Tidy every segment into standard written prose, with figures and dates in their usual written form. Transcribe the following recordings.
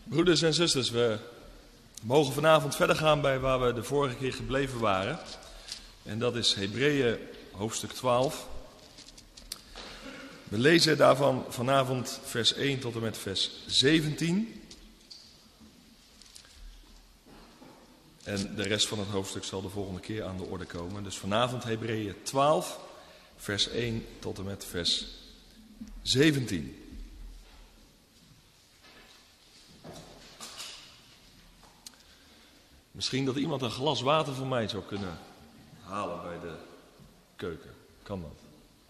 Broeders en zusters, we mogen vanavond verder gaan bij waar we de vorige keer gebleven waren. En dat is Hebreeën hoofdstuk 12. We lezen daarvan vanavond vers 1 tot en met vers 17. En de rest van het hoofdstuk zal de volgende keer aan de orde komen. Dus vanavond Hebreeën 12, vers 1 tot en met vers 17. Misschien dat iemand een glas water voor mij zou kunnen halen bij de keuken. Kan dat?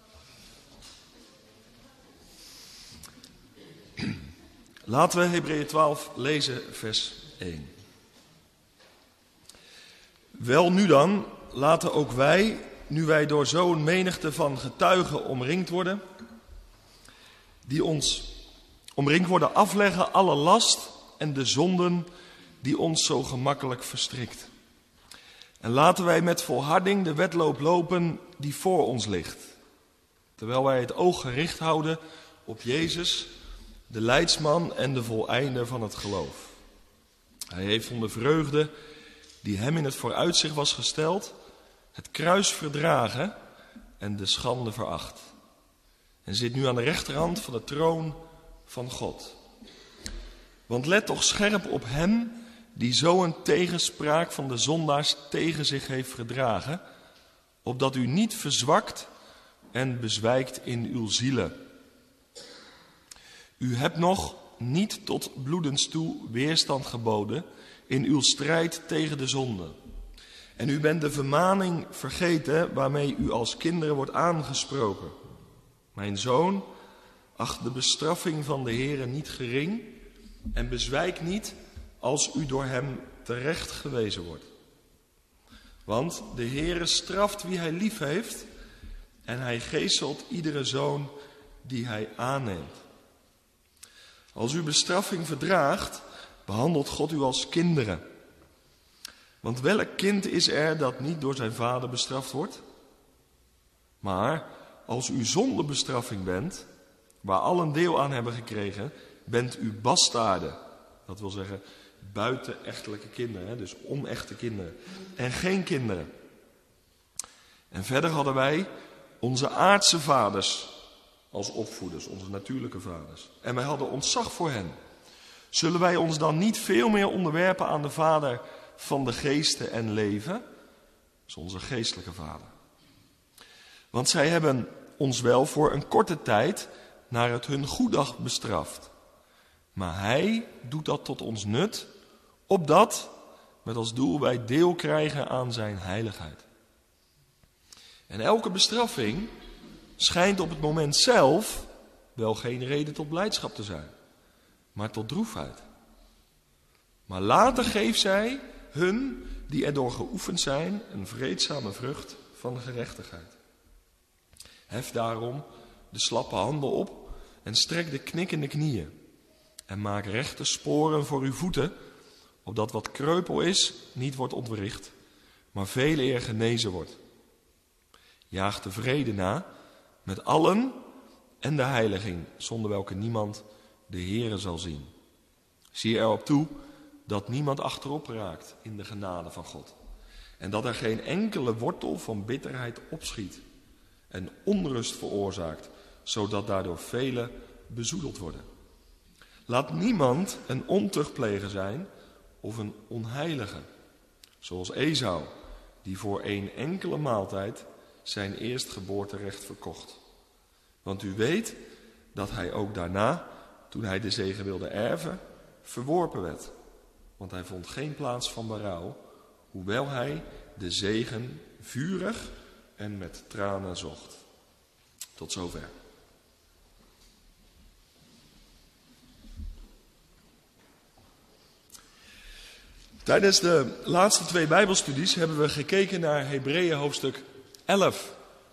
Laten we Hebreeën 12 lezen, vers 1. Wel nu dan, laten ook wij, nu wij door zo'n menigte van getuigen omringd worden, die ons omringd worden, afleggen alle last en de zonden die ons zo gemakkelijk verstrikt. En laten wij met volharding de wedloop lopen die voor ons ligt, terwijl wij het oog gericht houden op Jezus, de leidsman en de voleinder van het geloof. Hij heeft om de vreugde die hem in het vooruitzicht was gesteld, het kruis verdragen en de schande veracht. En zit nu aan de rechterhand van de troon van God. Want let toch scherp op hem die zo'n tegenspraak van de zondaars tegen zich heeft gedragen, opdat u niet verzwakt en bezwijkt in uw zielen. U hebt nog niet tot bloedens toe weerstand geboden in uw strijd tegen de zonde. En u bent de vermaning vergeten waarmee u als kinderen wordt aangesproken. Mijn zoon, acht de bestraffing van de Heere niet gering en bezwijk niet als u door hem terecht gewezen wordt. Want de Heere straft wie hij lief heeft en hij geeselt iedere zoon die hij aanneemt. Als u bestraffing verdraagt, behandelt God u als kinderen. Want welk kind is er dat niet door zijn vader bestraft wordt? Maar als u zonder bestraffing bent, waar allen deel aan hebben gekregen, bent u bastaarden. Dat wil zeggen buitenechtelijke kinderen, dus onechte kinderen. En geen kinderen. En verder hadden wij onze aardse vaders als opvoeders, onze natuurlijke vaders. En wij hadden ontzag voor hen. Zullen wij ons dan niet veel meer onderwerpen aan de Vader van de geesten en leven? Dat is onze geestelijke Vader. Want zij hebben ons wel voor een korte tijd naar het hun goeddacht bestraft. Maar hij doet dat tot ons nut, opdat met als doel wij deel krijgen aan zijn heiligheid. En elke bestraffing schijnt op het moment zelf wel geen reden tot blijdschap te zijn, maar tot droefheid. Maar later geeft zij hun die erdoor geoefend zijn een vreedzame vrucht van de gerechtigheid. Hef daarom de slappe handen op en strek de knikkende knieën. En maak rechte sporen voor uw voeten, opdat wat kreupel is niet wordt ontwricht, maar veel eer genezen wordt. Jaag de vrede na met allen en de heiliging, zonder welke niemand de Heere zal zien. Zie erop toe dat niemand achterop raakt in de genade van God. En dat er geen enkele wortel van bitterheid opschiet en onrust veroorzaakt, zodat daardoor velen bezoedeld worden. Laat niemand een ontuchtpleger zijn of een onheilige, zoals Esau, die voor een enkele maaltijd zijn eerstgeboorterecht verkocht. Want u weet dat hij ook daarna, toen hij de zegen wilde erven, verworpen werd. Want hij vond geen plaats van berouw, hoewel hij de zegen vurig en met tranen zocht. Tot zover. Tijdens de laatste 2 Bijbelstudies hebben we gekeken naar Hebreeën hoofdstuk 11.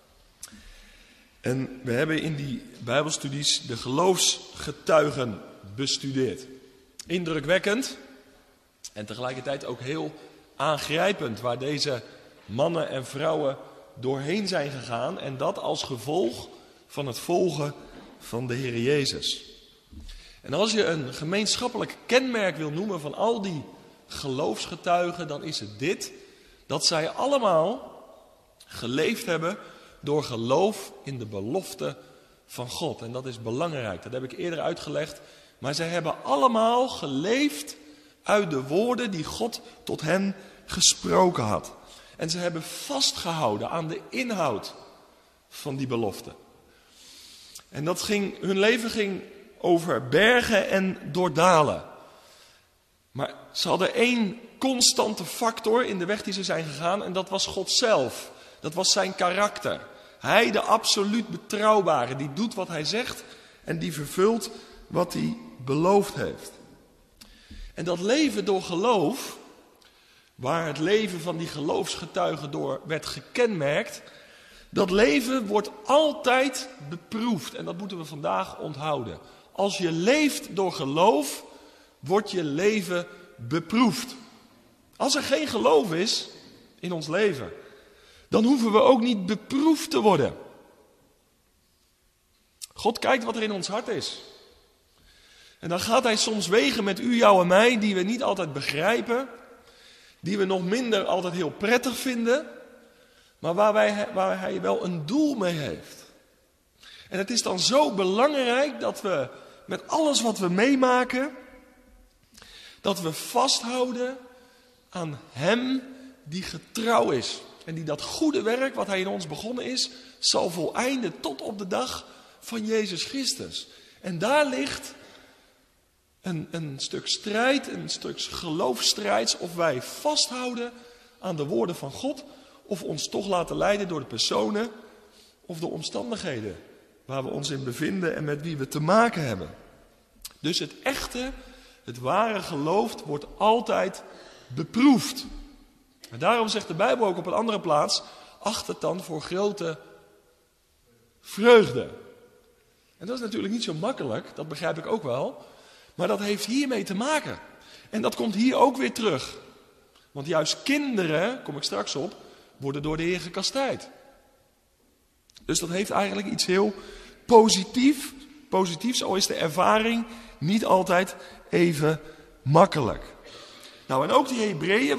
En we hebben in die Bijbelstudies de geloofsgetuigen bestudeerd. Indrukwekkend en tegelijkertijd ook heel aangrijpend waar deze mannen en vrouwen doorheen zijn gegaan. En dat als gevolg van het volgen van de Heer Jezus. En als je een gemeenschappelijk kenmerk wil noemen van al die geloofsgetuigen, dan is het dit: dat zij allemaal geleefd hebben door geloof in de belofte van God. En dat is belangrijk, dat heb ik eerder uitgelegd. Maar zij hebben allemaal geleefd uit de woorden die God tot hen gesproken had. En ze hebben vastgehouden aan de inhoud van die belofte. En hun leven ging over bergen en door dalen. Maar ze hadden één constante factor in de weg die ze zijn gegaan en dat was God zelf. Dat was zijn karakter. Hij, de absoluut betrouwbare, die doet wat hij zegt en die vervult wat hij beloofd heeft. En dat leven door geloof, waar het leven van die geloofsgetuigen door werd gekenmerkt, dat leven wordt altijd beproefd. En dat moeten we vandaag onthouden. Als je leeft door geloof, wordt je leven beproefd. Als er geen geloof is in ons leven, dan hoeven we ook niet beproefd te worden. God kijkt wat er in ons hart is. En dan gaat hij soms wegen met u, jou en mij, die we niet altijd begrijpen, die we nog minder altijd heel prettig vinden, maar waar hij wel een doel mee heeft. En het is dan zo belangrijk dat we met alles wat we meemaken, dat we vasthouden aan hem die getrouw is. En die dat goede werk wat hij in ons begonnen is, zal voleinden tot op de dag van Jezus Christus. En daar ligt een stuk strijd, een stuk geloofstrijds, of wij vasthouden aan de woorden van God, of ons toch laten leiden door de personen of de omstandigheden waar we ons in bevinden en met wie we te maken hebben. Dus het echte, het ware geloof wordt altijd beproefd. En daarom zegt de Bijbel ook op een andere plaats, acht het dan voor grote vreugde. En dat is natuurlijk niet zo makkelijk, dat begrijp ik ook wel. Maar dat heeft hiermee te maken. En dat komt hier ook weer terug. Want juist kinderen, kom ik straks op, worden door de Heer gekastijd. Dus dat heeft eigenlijk iets heel positiefs, al is de ervaring niet altijd even makkelijk. Nou, en ook die Hebreeën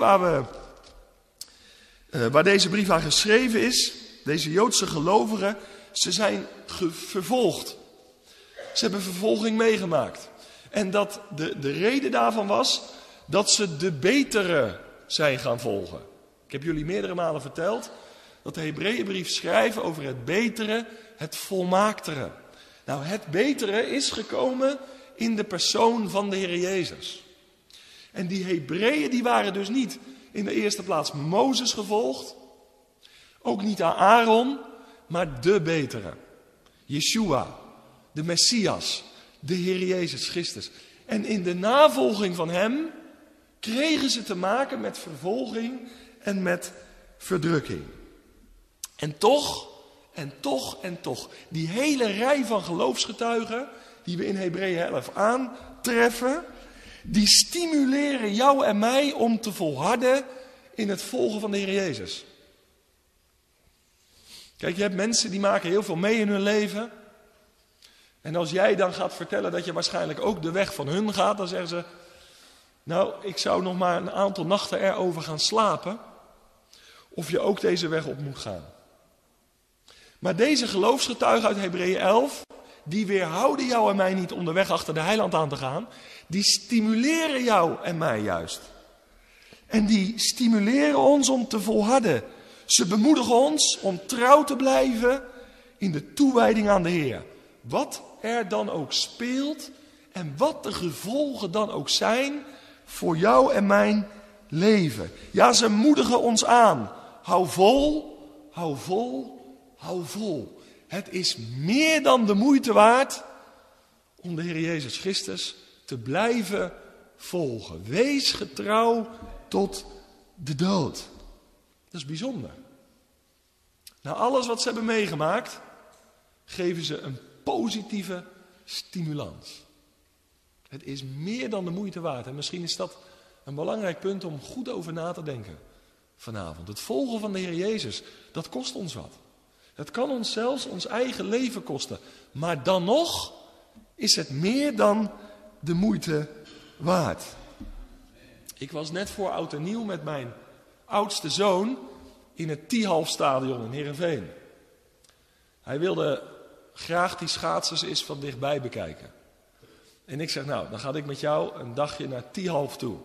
waar deze brief aan geschreven is, deze Joodse gelovigen, ze zijn vervolgd. Ze hebben vervolging meegemaakt. En dat de reden daarvan was dat ze de betere zijn gaan volgen. Ik heb jullie meerdere malen verteld dat de Hebreeënbrief schrijft over het betere, het volmaaktere. Nou, het betere is gekomen in de persoon van de Heer Jezus. En die Hebreeën die waren dus niet in de eerste plaats Mozes gevolgd, ook niet aan Aaron, maar de betere. Yeshua, de Messias, de Heer Jezus Christus. En in de navolging van hem kregen ze te maken met vervolging en met verdrukking. En toch, die hele rij van geloofsgetuigen die we in Hebreeën 11 aantreffen, die stimuleren jou en mij om te volharden in het volgen van de Heer Jezus. Kijk, je hebt mensen die maken heel veel mee in hun leven. En als jij dan gaat vertellen dat je waarschijnlijk ook de weg van hun gaat, dan zeggen ze, nou, ik zou nog maar een aantal nachten erover gaan slapen, of je ook deze weg op moet gaan. Maar deze geloofsgetuigen uit Hebreeën 11, die weerhouden jou en mij niet om de weg achter de heiland aan te gaan, die stimuleren jou en mij juist. En die stimuleren ons om te volharden. Ze bemoedigen ons om trouw te blijven in de toewijding aan de Heer. Wat er dan ook speelt en wat de gevolgen dan ook zijn voor jou en mijn leven. Ja, ze moedigen ons aan. Hou vol, hou vol, hou vol. Het is meer dan de moeite waard om de Heer Jezus Christus te blijven volgen. Wees getrouw tot de dood. Dat is bijzonder. Na alles wat ze hebben meegemaakt, geven ze een positieve stimulans. Het is meer dan de moeite waard. En misschien is dat een belangrijk punt om goed over na te denken vanavond. Het volgen van de Heer Jezus, dat kost ons wat. Het kan ons zelfs ons eigen leven kosten. Maar dan nog is het meer dan de moeite waard. Ik was net voor Oud en Nieuw met mijn oudste zoon in het Tiehalfstadion in Heerenveen. Hij wilde graag die schaatsers eens van dichtbij bekijken. En ik zeg, nou, dan ga ik met jou een dagje naar Tiehalf toe.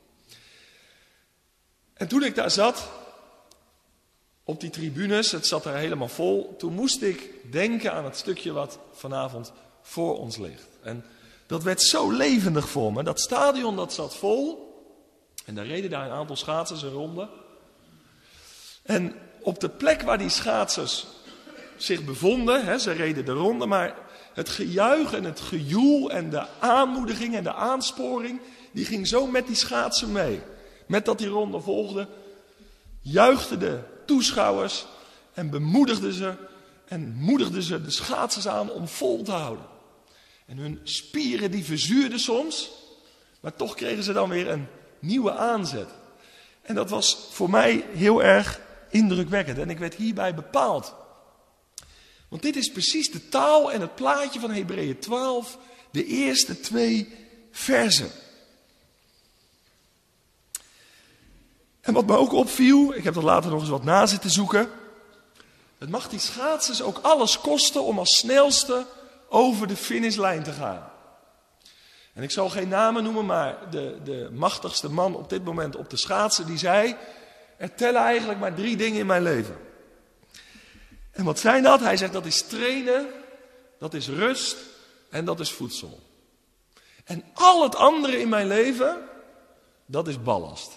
En toen ik daar zat, op die tribunes, het zat daar helemaal vol, toen moest ik denken aan het stukje wat vanavond voor ons ligt. En dat werd zo levendig voor me. Dat stadion dat zat vol. En daar reden daar een aantal schaatsers een ronde. En op de plek waar die schaatsers zich bevonden, ze reden de ronde, maar het gejuich en het gejoel en de aanmoediging en de aansporing, die ging zo met die schaatsen mee. Met dat die ronde volgde, juichten de toeschouwers en bemoedigden ze en moedigden ze de schaatsers aan om vol te houden. En hun spieren die verzuurden soms, maar toch kregen ze dan weer een nieuwe aanzet. En dat was voor mij heel erg indrukwekkend. En ik werd hierbij bepaald. Want dit is precies de taal en het plaatje van Hebreeën 12, de eerste 2 versen. En wat me ook opviel, ik heb er later nog eens wat na zitten zoeken. Het mag die schaatsers ook alles kosten om als snelste over de finishlijn te gaan. En ik zal geen namen noemen, maar de machtigste man op dit moment op de schaatsen, die zei, er tellen eigenlijk maar 3 dingen in mijn leven. En wat zijn dat? Hij zegt, dat is trainen, dat is rust en dat is voedsel. En al het andere in mijn leven, dat is ballast.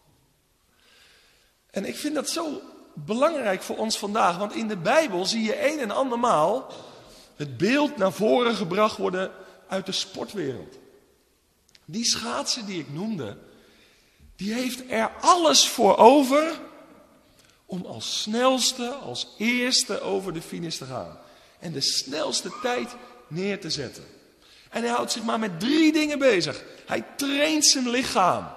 En ik vind dat zo belangrijk voor ons vandaag, want in de Bijbel zie je een en andermaal het beeld naar voren gebracht worden uit de sportwereld. Die schaatser die ik noemde, die heeft er alles voor over om als snelste, als eerste over de finish te gaan. En de snelste tijd neer te zetten. En hij houdt zich maar met 3 dingen bezig. Hij traint zijn lichaam.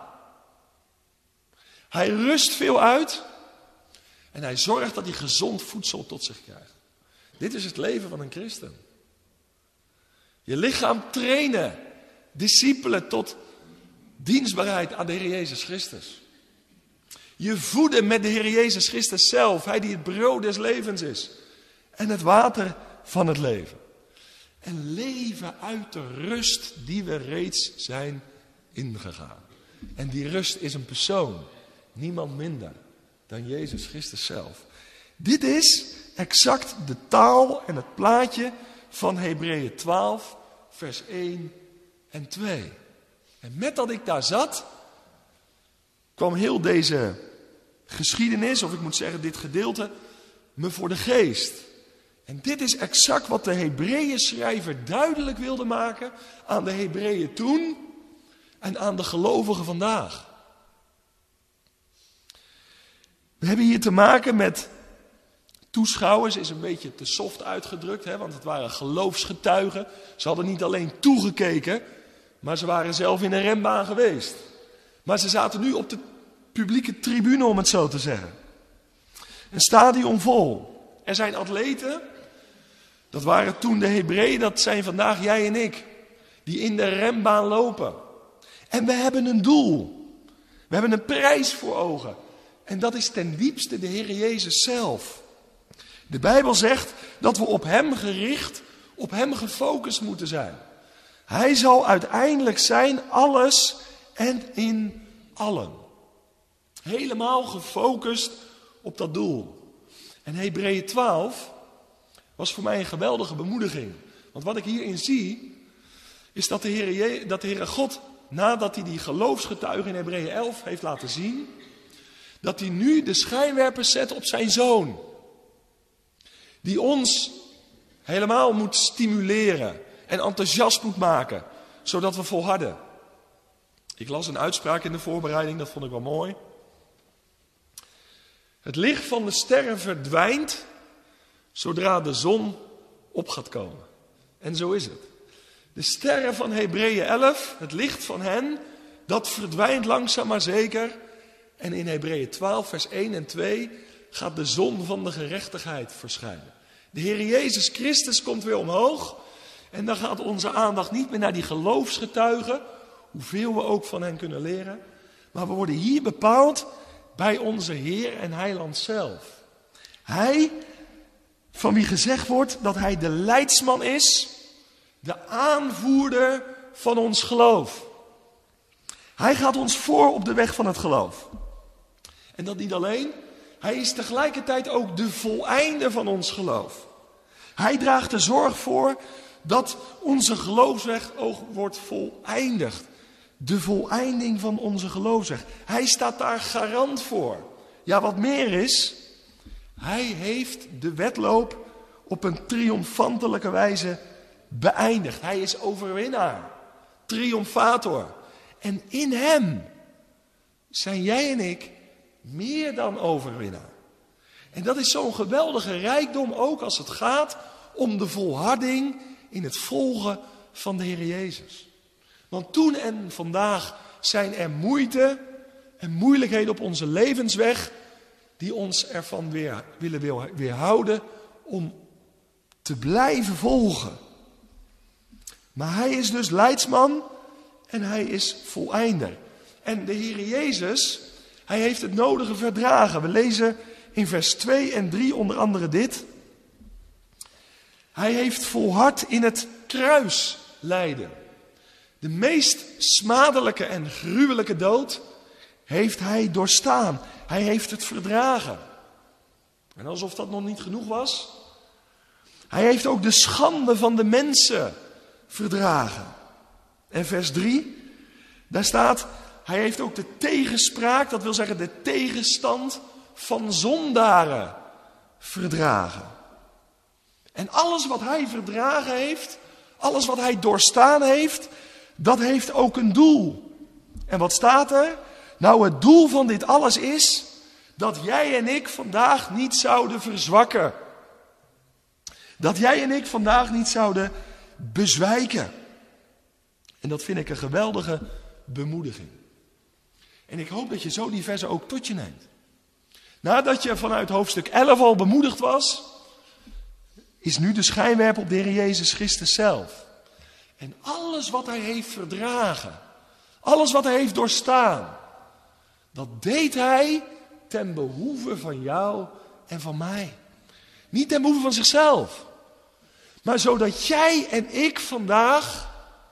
Hij rust veel uit. En hij zorgt dat hij gezond voedsel tot zich krijgt. Dit is het leven van een christen. Je lichaam trainen. Discipelen tot dienstbaarheid aan de Heer Jezus Christus. Je voeden met de Heer Jezus Christus zelf. Hij die het brood des levens is. En het water van het leven. En leven uit de rust die we reeds zijn ingegaan. En die rust is een persoon. Niemand minder dan Jezus Christus zelf. Dit is exact de taal en het plaatje van Hebreeën 12, vers 1 en 2. En met dat ik daar zat, kwam heel deze geschiedenis, of ik moet zeggen dit gedeelte, me voor de geest. En dit is exact wat de Hebreeën schrijver duidelijk wilde maken aan de Hebreeën toen en aan de gelovigen vandaag. We hebben hier te maken met toeschouwers, is een beetje te soft uitgedrukt, want het waren geloofsgetuigen. Ze hadden niet alleen toegekeken, maar ze waren zelf in een renbaan geweest. Maar ze zaten nu op de publieke tribune, om het zo te zeggen. Een stadion vol. Er zijn atleten, dat waren toen de Hebreeën, dat zijn vandaag jij en ik, die in de renbaan lopen. En we hebben een doel. We hebben een prijs voor ogen. En dat is ten diepste de Heer Jezus zelf. De Bijbel zegt dat we op Hem gericht, op Hem gefocust moeten zijn. Hij zal uiteindelijk zijn alles en in allen. Helemaal gefocust op dat doel. En Hebreeën 12 was voor mij een geweldige bemoediging. Want wat ik hierin zie, is dat de Heere God, nadat hij die geloofsgetuigen in Hebreeën 11 heeft laten zien, dat hij nu de schijnwerpers zet op zijn Zoon. Die ons helemaal moet stimuleren en enthousiast moet maken, zodat we volharden. Ik las een uitspraak in de voorbereiding, dat vond ik wel mooi. Het licht van de sterren verdwijnt zodra de zon op gaat komen. En zo is het. De sterren van Hebreeën 11, het licht van hen, dat verdwijnt langzaam maar zeker. En in Hebreeën 12, vers 1 en 2 gaat de zon van de gerechtigheid verschijnen. De Heer Jezus Christus komt weer omhoog. En dan gaat onze aandacht niet meer naar die geloofsgetuigen, hoeveel we ook van hen kunnen leren. Maar we worden hier bepaald bij onze Heer en Heiland zelf. Hij, van wie gezegd wordt dat hij de leidsman is, de aanvoerder van ons geloof. Hij gaat ons voor op de weg van het geloof. En dat niet alleen, hij is tegelijkertijd ook de voleinder van ons geloof. Hij draagt de zorg voor dat onze geloofsweg ook wordt voleindigd. De voleinding van onze geloofsweg. Hij staat daar garant voor. Ja, wat meer is, hij heeft de wedloop op een triomfantelijke wijze beëindigd. Hij is overwinnaar, triomfator. En in hem zijn jij en ik meer dan overwinnaar. En dat is zo'n geweldige rijkdom ook als het gaat om de volharding in het volgen van de Heer Jezus. Want toen en vandaag zijn er moeite en moeilijkheden op onze levensweg die ons ervan willen weerhouden om te blijven volgen. Maar hij is dus leidsman en hij is voleinder. En de Heer Jezus, hij heeft het nodige verdragen. We lezen in vers 2 en 3 onder andere dit. Hij heeft volhard in het kruislijden. De meest smadelijke en gruwelijke dood heeft hij doorstaan. Hij heeft het verdragen. En alsof dat nog niet genoeg was, hij heeft ook de schande van de mensen verdragen. En vers 3, daar staat, hij heeft ook de tegenspraak, dat wil zeggen de tegenstand van zondaren verdragen. En alles wat hij verdragen heeft, alles wat hij doorstaan heeft, dat heeft ook een doel. En wat staat er? Nou, het doel van dit alles is dat jij en ik vandaag niet zouden verzwakken. Dat jij en ik vandaag niet zouden bezwijken. En dat vind ik een geweldige bemoediging. En ik hoop dat je zo die versen ook tot je neemt. Nadat je vanuit hoofdstuk 11 al bemoedigd was, is nu de schijnwerper op de Heer Jezus Christus zelf. En alles wat hij heeft verdragen, alles wat hij heeft doorstaan, dat deed hij ten behoeve van jou en van mij. Niet ten behoeve van zichzelf, maar zodat jij en ik vandaag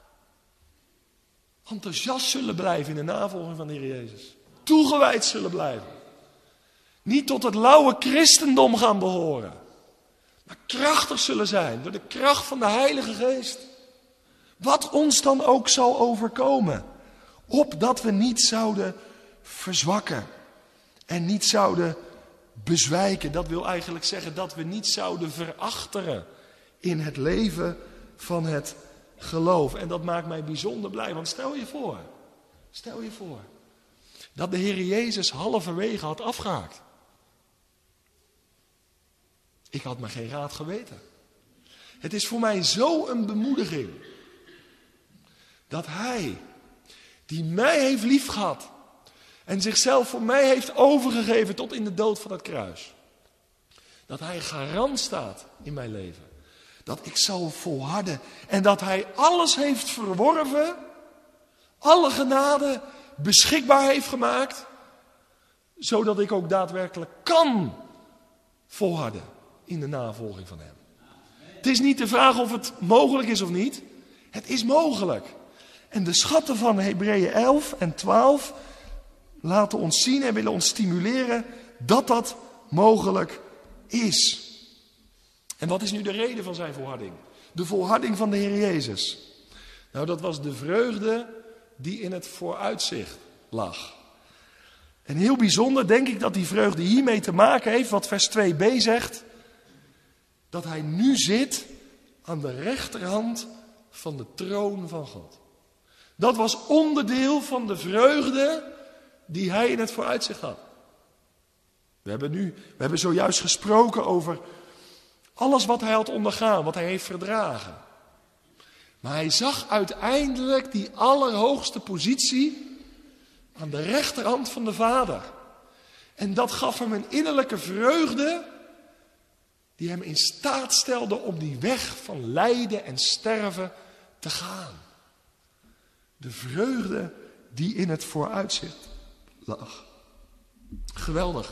enthousiast zullen blijven in de navolging van de Heer Jezus. Toegewijd zullen blijven. Niet tot het lauwe christendom gaan behoren, maar krachtig zullen zijn door de kracht van de Heilige Geest. Wat ons dan ook zal overkomen, opdat we niet zouden verzwakken en niet zouden bezwijken. Dat wil eigenlijk zeggen dat we niet zouden verachteren in het leven van het geloof. En dat maakt mij bijzonder blij, want stel je voor dat de Heer Jezus halverwege had afgehaakt. Ik had me geen raad geweten. Het is voor mij zo een bemoediging dat hij, die mij heeft liefgehad en zichzelf voor mij heeft overgegeven tot in de dood van het kruis, dat hij garant staat in mijn leven. Dat ik zal volharden en dat hij alles heeft verworven, alle genade beschikbaar heeft gemaakt, zodat ik ook daadwerkelijk kan volharden in de navolging van hem. Het is niet de vraag of het mogelijk is of niet. Het is mogelijk. En de schatten van Hebreeën 11 en 12 laten ons zien en willen ons stimuleren dat dat mogelijk is. En wat is nu de reden van zijn volharding? De volharding van de Heer Jezus. Nou, dat was de vreugde die in het vooruitzicht lag. En heel bijzonder denk ik dat die vreugde hiermee te maken heeft, wat vers 2b zegt, dat hij nu zit aan de rechterhand van de troon van God. Dat was onderdeel van de vreugde die hij in het vooruitzicht had. We hebben zojuist gesproken over alles wat hij had ondergaan, wat hij heeft verdragen. Maar hij zag uiteindelijk die allerhoogste positie aan de rechterhand van de Vader. En dat gaf hem een innerlijke vreugde die hem in staat stelde om die weg van lijden en sterven te gaan. De vreugde die in het vooruitzicht lag. Geweldig.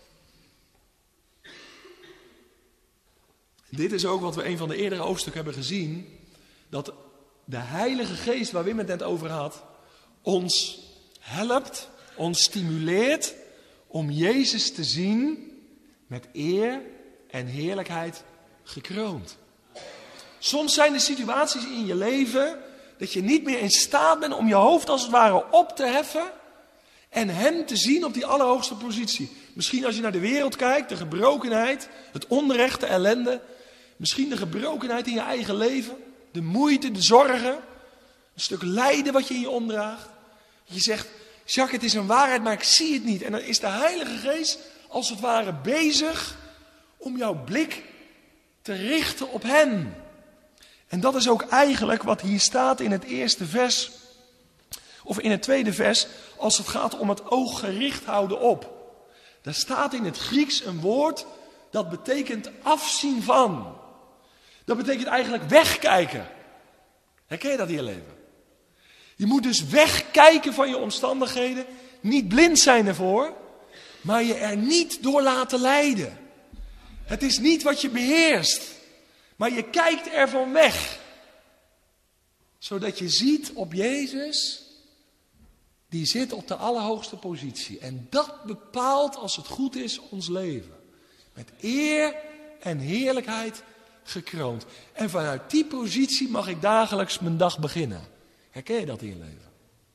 Dit is ook wat we een van de eerdere hoofdstukken hebben gezien. Dat de Heilige Geest, waar Wim het net over had, ons helpt, ons stimuleert om Jezus te zien met eer en heerlijkheid gekroond. Soms zijn er situaties in je leven dat je niet meer in staat bent om je hoofd als het ware op te heffen en hem te zien op die allerhoogste positie. Misschien als je naar de wereld kijkt, de gebrokenheid, het onrecht, de ellende. Misschien de gebrokenheid in je eigen leven, de moeite, de zorgen, een stuk lijden wat je in je omdraagt. Je zegt, Jacques, het is een waarheid, maar ik zie het niet. En dan is de Heilige Geest als het ware bezig om jouw blik te richten op hem. En dat is ook eigenlijk wat hier staat in het eerste vers, of in het tweede vers, als het gaat om het oog gericht houden op. Daar staat in het Grieks een woord dat betekent afzien van. Dat betekent eigenlijk wegkijken. Herken je dat in je leven? Je moet dus wegkijken van je omstandigheden, niet blind zijn ervoor, maar je er niet door laten leiden. Het is niet wat je beheerst, maar je kijkt ervan weg. Zodat je ziet op Jezus, die zit op de allerhoogste positie. En dat bepaalt, als het goed is, ons leven. Met eer en heerlijkheid gekroond. En vanuit die positie mag ik dagelijks mijn dag beginnen. Herken je dat in je leven?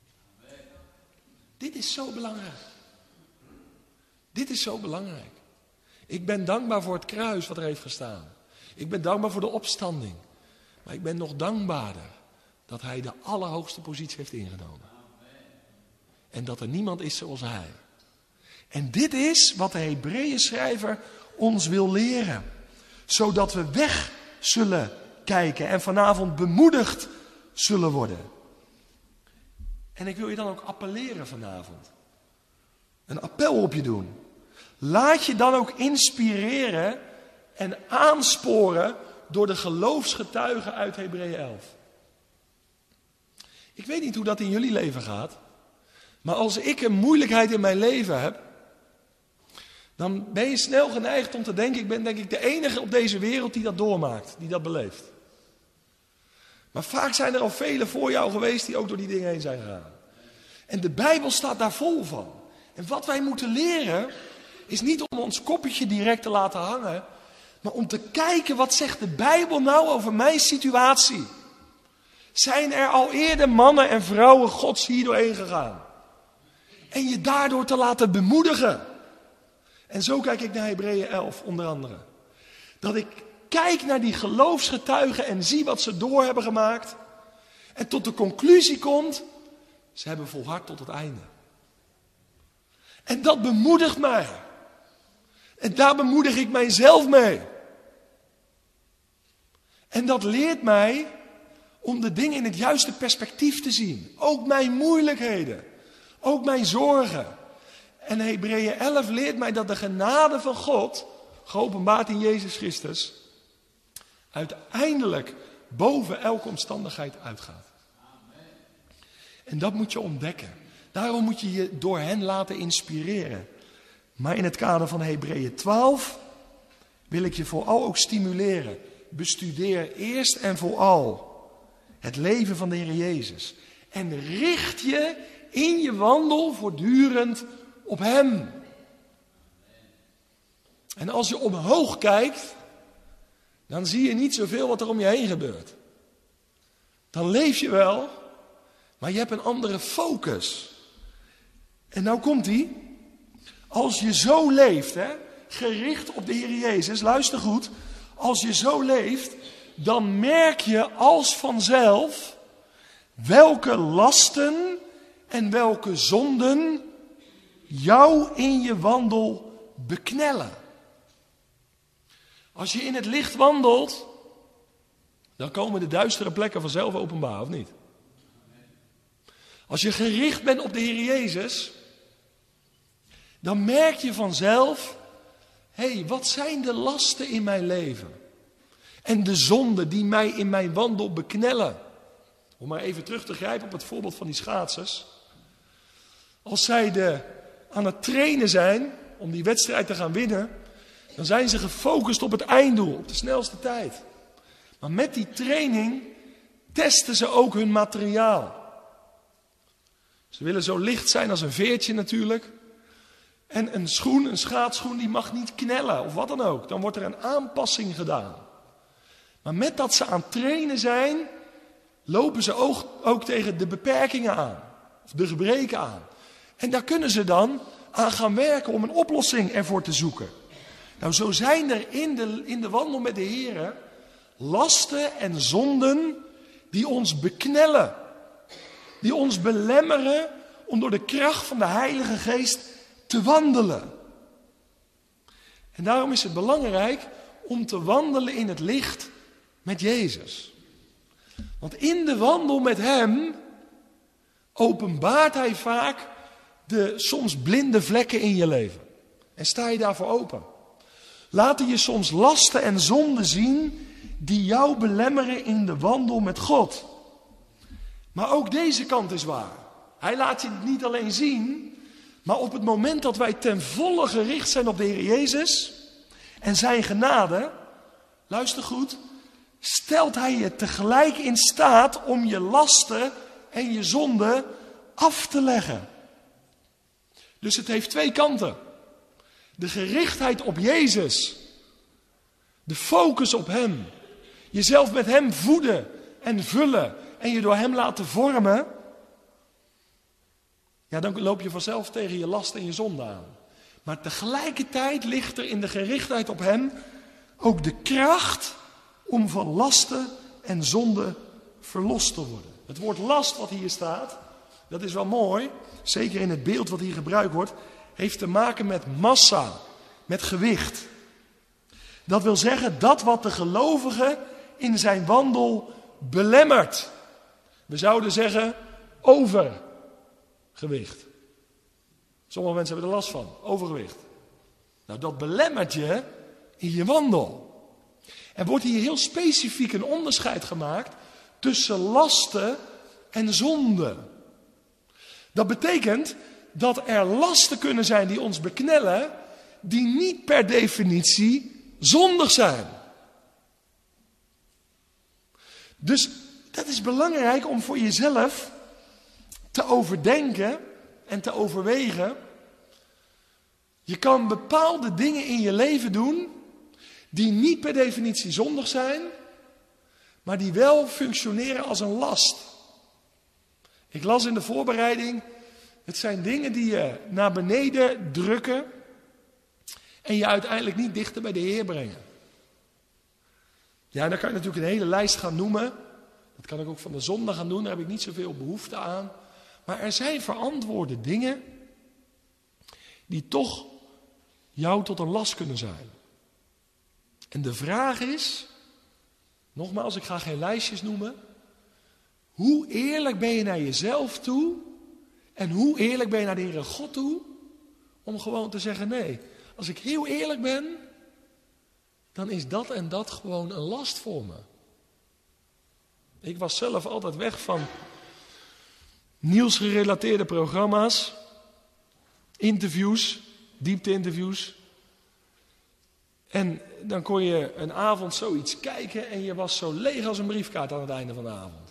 Dit is zo belangrijk. Dit is zo belangrijk. Ik ben dankbaar voor het kruis wat er heeft gestaan. Ik ben dankbaar voor de opstanding. Maar ik ben nog dankbaarder dat hij de allerhoogste positie heeft ingenomen. En dat er niemand is zoals hij. En dit is wat de Hebreeënschrijver ons wil leren. Zodat we weg zullen kijken en vanavond bemoedigd zullen worden. En ik wil je dan ook appelleren vanavond. Een appel op je doen. Laat je dan ook inspireren en aansporen door de geloofsgetuigen uit Hebreeën 11. Ik weet niet hoe dat in jullie leven gaat. Maar als ik een moeilijkheid in mijn leven heb, dan ben je snel geneigd om te denken, ik ben denk ik de enige op deze wereld die dat doormaakt, die dat beleeft. Maar vaak zijn er al velen voor jou geweest die ook door die dingen heen zijn gegaan. En de Bijbel staat daar vol van. En wat wij moeten leren, is niet om ons koppetje direct te laten hangen, maar om te kijken, wat zegt de Bijbel nou over mijn situatie? Zijn er al eerder mannen en vrouwen Gods hier doorheen gegaan? En je daardoor te laten bemoedigen. En zo kijk ik naar Hebreeën 11 onder andere. Dat ik kijk naar die geloofsgetuigen en zie wat ze door hebben gemaakt. En tot de conclusie komt, ze hebben volhard tot het einde. En dat bemoedigt mij. En daar bemoedig ik mijzelf mee. En dat leert mij om de dingen in het juiste perspectief te zien. Ook mijn moeilijkheden. Ook mijn zorgen. En Hebreeën 11 leert mij dat de genade van God, geopenbaard in Jezus Christus, uiteindelijk boven elke omstandigheid uitgaat. En dat moet je ontdekken. Daarom moet je je door hen laten inspireren. Maar in het kader van Hebreeën 12 wil ik je vooral ook stimuleren. Bestudeer eerst en vooral het leven van de Heer Jezus. En richt je in je wandel voortdurend op hem. En als je omhoog kijkt, dan zie je niet zoveel wat er om je heen gebeurt. Dan leef je wel, maar je hebt een andere focus. En nou komt die. Als je zo leeft, gericht op de Heer Jezus, luister goed. Als je zo leeft, dan merk je als vanzelf welke lasten en welke zonden jou in je wandel beknellen. Als je in het licht wandelt, dan komen de duistere plekken vanzelf openbaar, of niet? Als je gericht bent op de Heer Jezus, dan merk je vanzelf wat zijn de lasten in mijn leven? En de zonden die mij in mijn wandel beknellen. Om maar even terug te grijpen op het voorbeeld van die schaatsers. Als zij aan het trainen zijn om die wedstrijd te gaan winnen, dan zijn ze gefocust op het einddoel, op de snelste tijd. Maar met die training testen ze ook hun materiaal. Ze willen zo licht zijn als een veertje natuurlijk. En een schaatsschoen, die mag niet knellen of wat dan ook. Dan wordt er een aanpassing gedaan. Maar met dat ze aan het trainen zijn, lopen ze ook tegen de beperkingen aan. Of de gebreken aan. En daar kunnen ze dan aan gaan werken om een oplossing ervoor te zoeken. Nou, zo zijn er in de wandel met de Heer lasten en zonden die ons beknellen. Die ons belemmeren om door de kracht van de Heilige Geest te wandelen. En daarom is het belangrijk om te wandelen in het licht met Jezus. Want in de wandel met Hem openbaart Hij vaak de soms blinde vlekken in je leven. En sta je daarvoor open. Laat Hij je soms lasten en zonden zien die jou belemmeren in de wandel met God. Maar ook deze kant is waar. Hij laat je het niet alleen zien, maar op het moment dat wij ten volle gericht zijn op de Heer Jezus en zijn genade, luister goed, stelt Hij je tegelijk in staat om je lasten en je zonden af te leggen. Dus het heeft twee kanten. De gerichtheid op Jezus, de focus op Hem, jezelf met Hem voeden en vullen en je door Hem laten vormen, ja, dan loop je vanzelf tegen je last en je zonde aan. Maar tegelijkertijd ligt er in de gerichtheid op Hem ook de kracht om van lasten en zonde verlost te worden. Het woord last wat hier staat, dat is wel mooi, zeker in het beeld wat hier gebruikt wordt, heeft te maken met massa, met gewicht. Dat wil zeggen dat wat de gelovige in zijn wandel belemmert. We zouden zeggen overgewicht. Sommige mensen hebben er last van, overgewicht. Nou, dat belemmert je in je wandel. Er wordt hier heel specifiek een onderscheid gemaakt tussen lasten en zonden. Dat betekent dat er lasten kunnen zijn die ons beknellen, die niet per definitie zondig zijn. Dus dat is belangrijk om voor jezelf te overdenken en te overwegen. Je kan bepaalde dingen in je leven doen die niet per definitie zondig zijn, maar die wel functioneren als een last. Ik las in de voorbereiding, het zijn dingen die je naar beneden drukken en je uiteindelijk niet dichter bij de Heer brengen. Ja, dan kan je natuurlijk een hele lijst gaan noemen. Dat kan ik ook van de zonde gaan doen, daar heb ik niet zoveel behoefte aan. Maar er zijn verantwoorde dingen die toch jou tot een last kunnen zijn. En de vraag is, nogmaals, ik ga geen lijstjes noemen. Hoe eerlijk ben je naar jezelf toe? En hoe eerlijk ben je naar de Heere God toe? Om gewoon te zeggen, nee, als ik heel eerlijk ben, dan is dat en dat gewoon een last voor me. Ik was zelf altijd weg van nieuwsgerelateerde programma's, interviews, diepte-interviews. En dan kon je een avond zoiets kijken en je was zo leeg als een briefkaart aan het einde van de avond.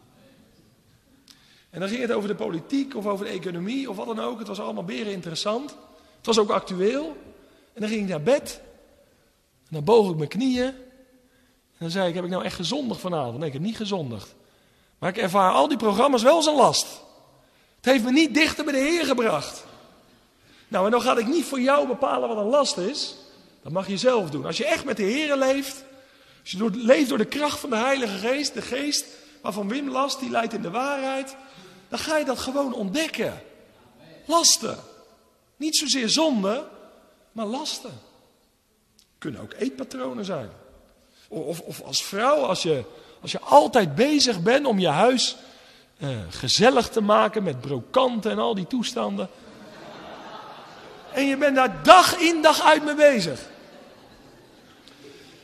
En dan ging het over de politiek of over de economie of wat dan ook. Het was allemaal beren interessant. Het was ook actueel. En dan ging ik naar bed. En dan boog ik mijn knieën. En dan zei ik, heb ik nou echt gezondigd vanavond? Nee, ik heb niet gezondigd. Maar ik ervaar al die programma's wel als een last. Het heeft me niet dichter bij de Heer gebracht. Nou, en dan ga ik niet voor jou bepalen wat een last is. Dat mag je zelf doen. Als je echt met de Heer leeft, als je leeft door de kracht van de Heilige Geest, de Geest waarvan Wim las, die leidt in de waarheid, dan ga je dat gewoon ontdekken. Lasten. Niet zozeer zonde, maar lasten. Kunnen ook eetpatronen zijn. Of als vrouw, als je altijd bezig bent om je huis gezellig te maken met brokanten en al die toestanden. En je bent daar dag in dag uit mee bezig.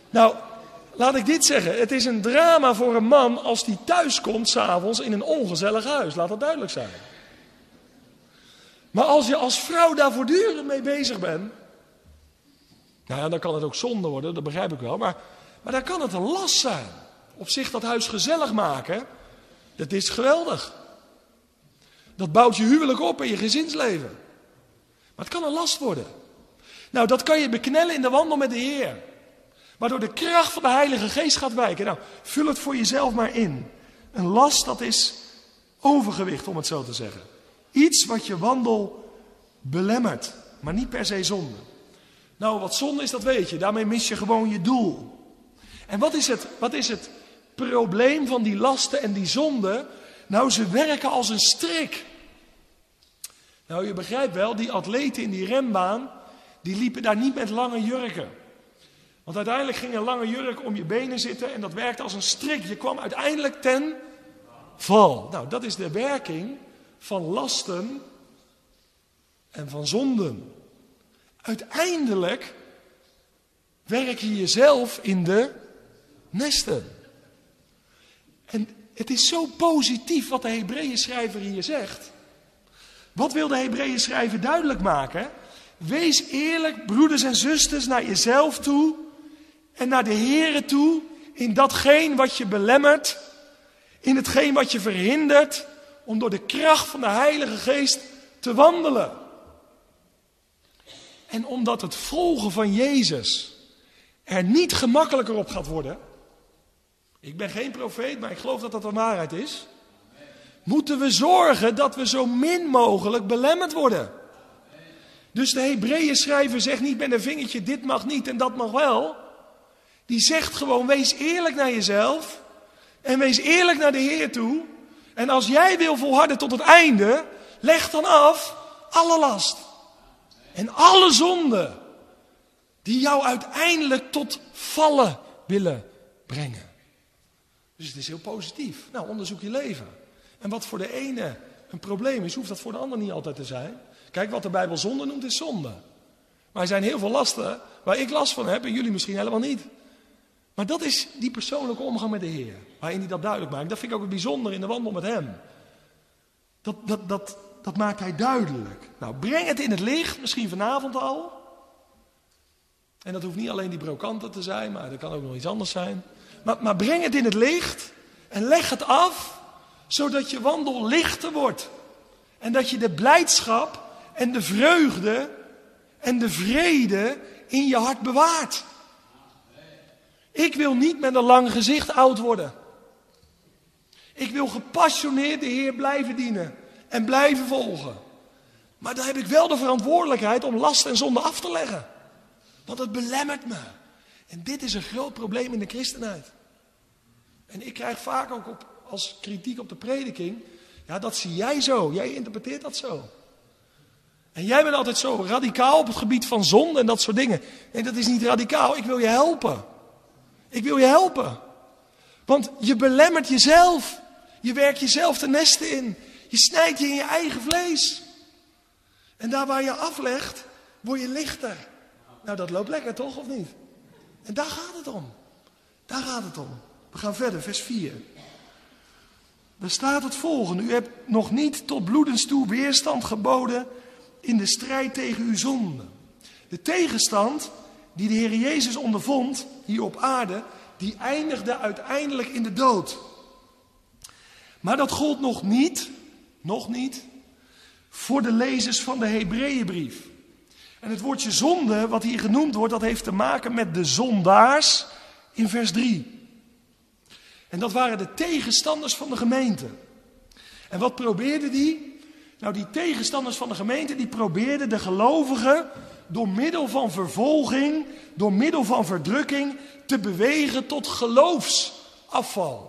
Nou, laat ik dit zeggen. Het is een drama voor een man als die thuis komt 's avonds in een ongezellig huis. Laat dat duidelijk zijn. Maar als je als vrouw daar voortdurend mee bezig bent. Nou ja, dan kan het ook zonde worden, dat begrijp ik wel. Maar dan kan het een last zijn. Op zich dat huis gezellig maken, dat is geweldig. Dat bouwt je huwelijk op en je gezinsleven. Maar het kan een last worden. Nou, dat kan je beknellen in de wandel met de Heer. Waardoor de kracht van de Heilige Geest gaat wijken. Nou, vul het voor jezelf maar in. Een last, dat is overgewicht, om het zo te zeggen. Iets wat je wandel belemmert, maar niet per se zonde. Nou, wat zonde is, dat weet je. Daarmee mis je gewoon je doel. En wat is het probleem van die lasten en die zonden? Nou, ze werken als een strik. Nou, je begrijpt wel, die atleten in die renbaan, die liepen daar niet met lange jurken. Want uiteindelijk ging een lange jurk om je benen zitten en dat werkte als een strik. Je kwam uiteindelijk ten val. Nou, dat is de werking van lasten en van zonden. Uiteindelijk werk je jezelf in de nesten. En het is zo positief wat de Hebreeënschrijver hier zegt. Wat wil de Hebreeënschrijver duidelijk maken? Wees eerlijk, broeders en zusters, naar jezelf toe en naar de Here toe in datgene wat je belemmert, in hetgeen wat je verhindert om door de kracht van de Heilige Geest te wandelen. En omdat het volgen van Jezus er niet gemakkelijker op gaat worden. Ik ben geen profeet, maar ik geloof dat dat de waarheid is. Moeten we zorgen dat we zo min mogelijk belemmerd worden. Dus de Hebreeënschrijver zegt niet met een vingertje, dit mag niet en dat mag wel. Die zegt gewoon, wees eerlijk naar jezelf. En wees eerlijk naar de Heer toe. En als jij wil volharden tot het einde, leg dan af alle last. En alle zonden die jou uiteindelijk tot vallen willen brengen. Dus het is heel positief. Nou, onderzoek je leven. En wat voor de ene een probleem is, hoeft dat voor de ander niet altijd te zijn. Kijk, wat de Bijbel zonde noemt, is zonde. Maar er zijn heel veel lasten waar ik last van heb en jullie misschien helemaal niet. Maar dat is die persoonlijke omgang met de Heer. Waarin hij dat duidelijk maakt. Dat vind ik ook het bijzonder in de wandel met hem. Dat maakt hij duidelijk. Nou, breng het in het licht, misschien vanavond al. En dat hoeft niet alleen die brokanten te zijn, maar dat kan ook nog iets anders zijn. Maar breng het in het licht en leg het af, zodat je wandel lichter wordt. En dat je de blijdschap en de vreugde en de vrede in je hart bewaart. Ik wil niet met een lang gezicht oud worden. Ik wil gepassioneerd de Heer blijven dienen en blijven volgen. Maar dan heb ik wel de verantwoordelijkheid om last en zonde af te leggen. Want het belemmert me. En dit is een groot probleem in de christenheid. En ik krijg vaak ook als kritiek op de prediking. Ja, dat zie jij zo. Jij interpreteert dat zo. En jij bent altijd zo radicaal op het gebied van zonde en dat soort dingen. Nee, dat is niet radicaal. Ik wil je helpen. Ik wil je helpen. Want je belemmert jezelf. Je werkt jezelf de nesten in. Je snijdt je in je eigen vlees. En daar waar je aflegt, word je lichter. Nou, dat loopt lekker toch, of niet? En daar gaat het om. Daar gaat het om. We gaan verder, vers 4. Daar staat het volgende. U hebt nog niet tot bloedens toe weerstand geboden in de strijd tegen uw zonde. De tegenstand die de Heer Jezus ondervond hier op aarde, die eindigde uiteindelijk in de dood. Maar dat gold nog niet, voor de lezers van de Hebreeënbrief. En het woordje zonde, wat hier genoemd wordt, dat heeft te maken met de zondaars in vers 3. En dat waren de tegenstanders van de gemeente. En wat probeerden die? Nou, die tegenstanders van de gemeente, die probeerden de gelovigen door middel van vervolging, door middel van verdrukking, te bewegen tot geloofsafval.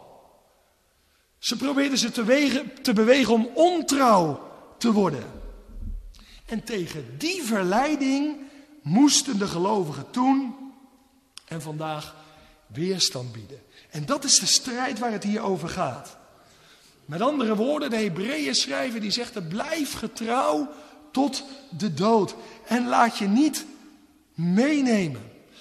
Ze probeerden ze te bewegen om ontrouw te worden. En tegen die verleiding moesten de gelovigen toen en vandaag weerstand bieden. En dat is de strijd waar het hier over gaat. Met andere woorden, de Hebreeënschrijver die zegt, blijf getrouw tot de dood. En laat je niet meenemen.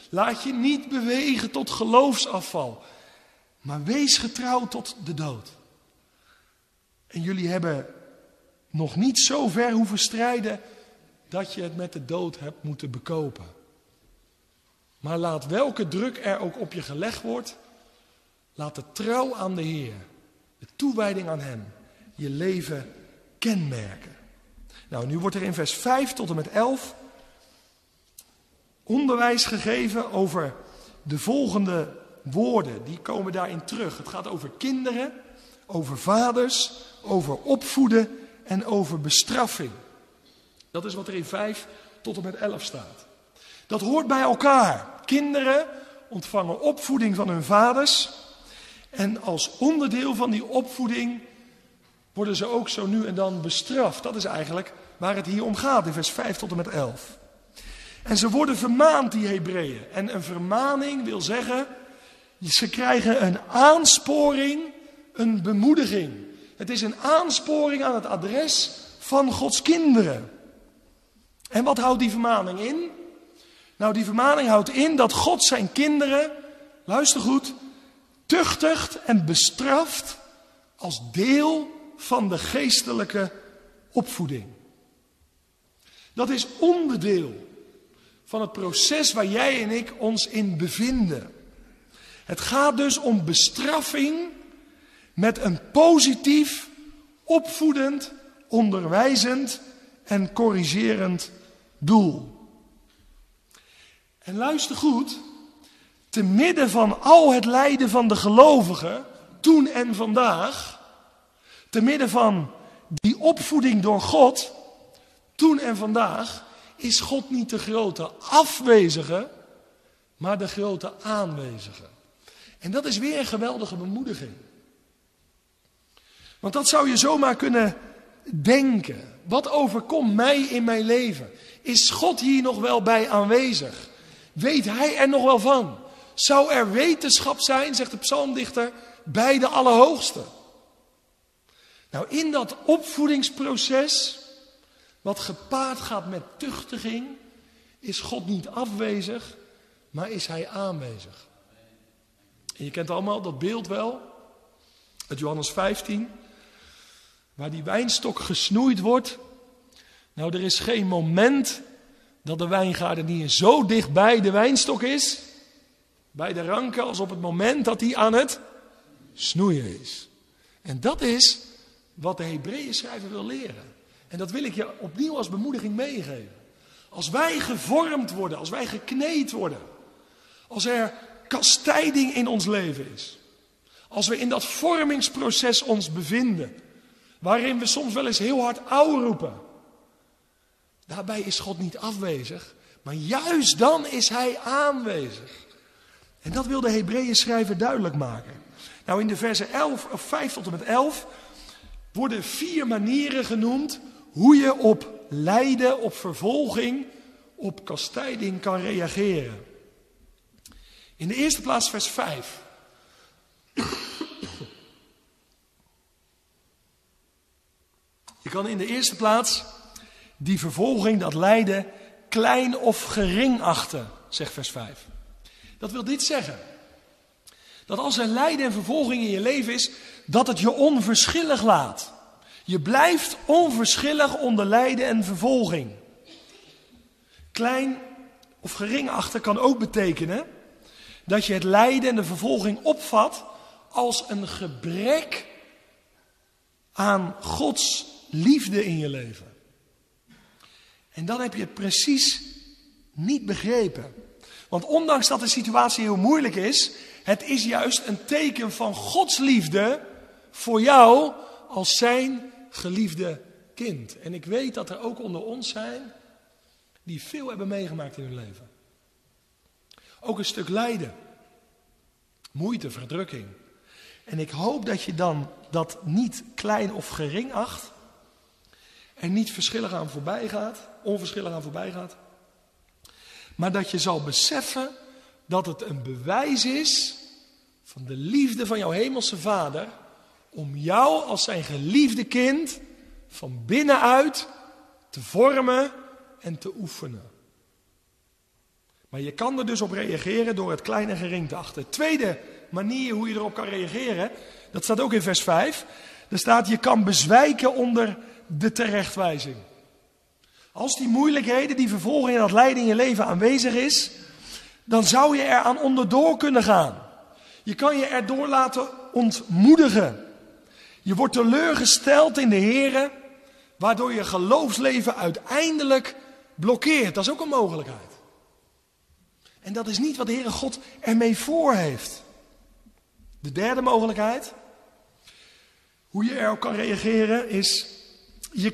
Laat je niet bewegen tot geloofsafval. Maar wees getrouw tot de dood. En jullie hebben nog niet zo ver hoeven strijden dat je het met de dood hebt moeten bekopen. Maar laat welke druk er ook op je gelegd wordt, laat de trouw aan de Heer, de toewijding aan Hem, je leven kenmerken. Nou, nu wordt er in vers 5 tot en met 11 onderwijs gegeven over de volgende woorden. Die komen daarin terug. Het gaat over kinderen, over vaders, over opvoeden en over bestraffing. Dat is wat er in 5 tot en met 11 staat. Dat hoort bij elkaar. Kinderen ontvangen opvoeding van hun vaders. En als onderdeel van die opvoeding worden ze ook zo nu en dan bestraft. Dat is eigenlijk waar het hier om gaat in vers 5 tot en met 11. En ze worden vermaand, die Hebreeën. En een vermaning wil zeggen, ze krijgen een aansporing, een bemoediging. Het is een aansporing aan het adres van Gods kinderen. En wat houdt die vermaning in? Nou, die vermaning houdt in dat God zijn kinderen, luister goed, tuchtigt en bestraft als deel van de geestelijke opvoeding. Dat is onderdeel van het proces waar jij en ik ons in bevinden. Het gaat dus om bestraffing met een positief, opvoedend, onderwijzend en corrigerend doel. En luister goed, te midden van al het lijden van de gelovigen, toen en vandaag, te midden van die opvoeding door God, toen en vandaag, is God niet de grote afwezige, maar de grote aanwezige. En dat is weer een geweldige bemoediging. Want dat zou je zomaar kunnen denken. Wat overkomt mij in mijn leven? Is God hier nog wel bij aanwezig? Weet Hij er nog wel van? Zou er wetenschap zijn, zegt de psalmdichter, bij de Allerhoogste? Nou, in dat opvoedingsproces, wat gepaard gaat met tuchtiging, is God niet afwezig, maar is Hij aanwezig. En je kent allemaal dat beeld wel, uit Johannes 15, waar die wijnstok gesnoeid wordt. Nou, er is geen moment dat de wijngaardenier zo dichtbij de wijnstok is, bij de ranken, als op het moment dat hij aan het snoeien is. En dat is wat de Hebreeën schrijver wil leren. En dat wil ik je opnieuw als bemoediging meegeven. Als wij gevormd worden, als wij gekneed worden, als er kastijding in ons leven is, als we in dat vormingsproces ons bevinden, waarin we soms wel eens heel hard auw roepen, daarbij is God niet afwezig, maar juist dan is Hij aanwezig. En dat wil de Hebreeën schrijver duidelijk maken. Nou, in de versen 5 tot en met 11 worden 4 manieren genoemd hoe je op lijden, op vervolging, op kastijding kan reageren. In de eerste plaats vers 5. Je kan in de eerste plaats die vervolging, dat lijden, klein of gering achten, zegt vers 5. Dat wil dit zeggen. Dat als er lijden en vervolging in je leven is, dat het je onverschillig laat. Je blijft onverschillig onder lijden en vervolging. Klein of gering achten kan ook betekenen dat je het lijden en de vervolging opvat als een gebrek aan Gods liefde in je leven. En dan heb je het precies niet begrepen. Want ondanks dat de situatie heel moeilijk is, het is juist een teken van Gods liefde voor jou als zijn geliefde kind. En ik weet dat er ook onder ons zijn die veel hebben meegemaakt in hun leven. Ook een stuk lijden, moeite, verdrukking. En ik hoop dat je dan dat niet klein of gering acht, er niet onverschillig aan voorbij gaat. Maar dat je zal beseffen dat het een bewijs is van de liefde van jouw hemelse Vader om jou als zijn geliefde kind van binnenuit te vormen en te oefenen. Maar je kan er dus op reageren door het klein en gering te achten. De tweede manier hoe je erop kan reageren, dat staat ook in vers 5. Er staat, je kan bezwijken onder de terechtwijzing. Als die moeilijkheden, die vervolging en dat lijden in je leven aanwezig is, dan zou je er aan onderdoor kunnen gaan. Je kan je erdoor laten ontmoedigen. Je wordt teleurgesteld in de Here, waardoor je geloofsleven uiteindelijk blokkeert. Dat is ook een mogelijkheid. En dat is niet wat de Heere God ermee voor heeft. De derde mogelijkheid, hoe je erop kan reageren, is, je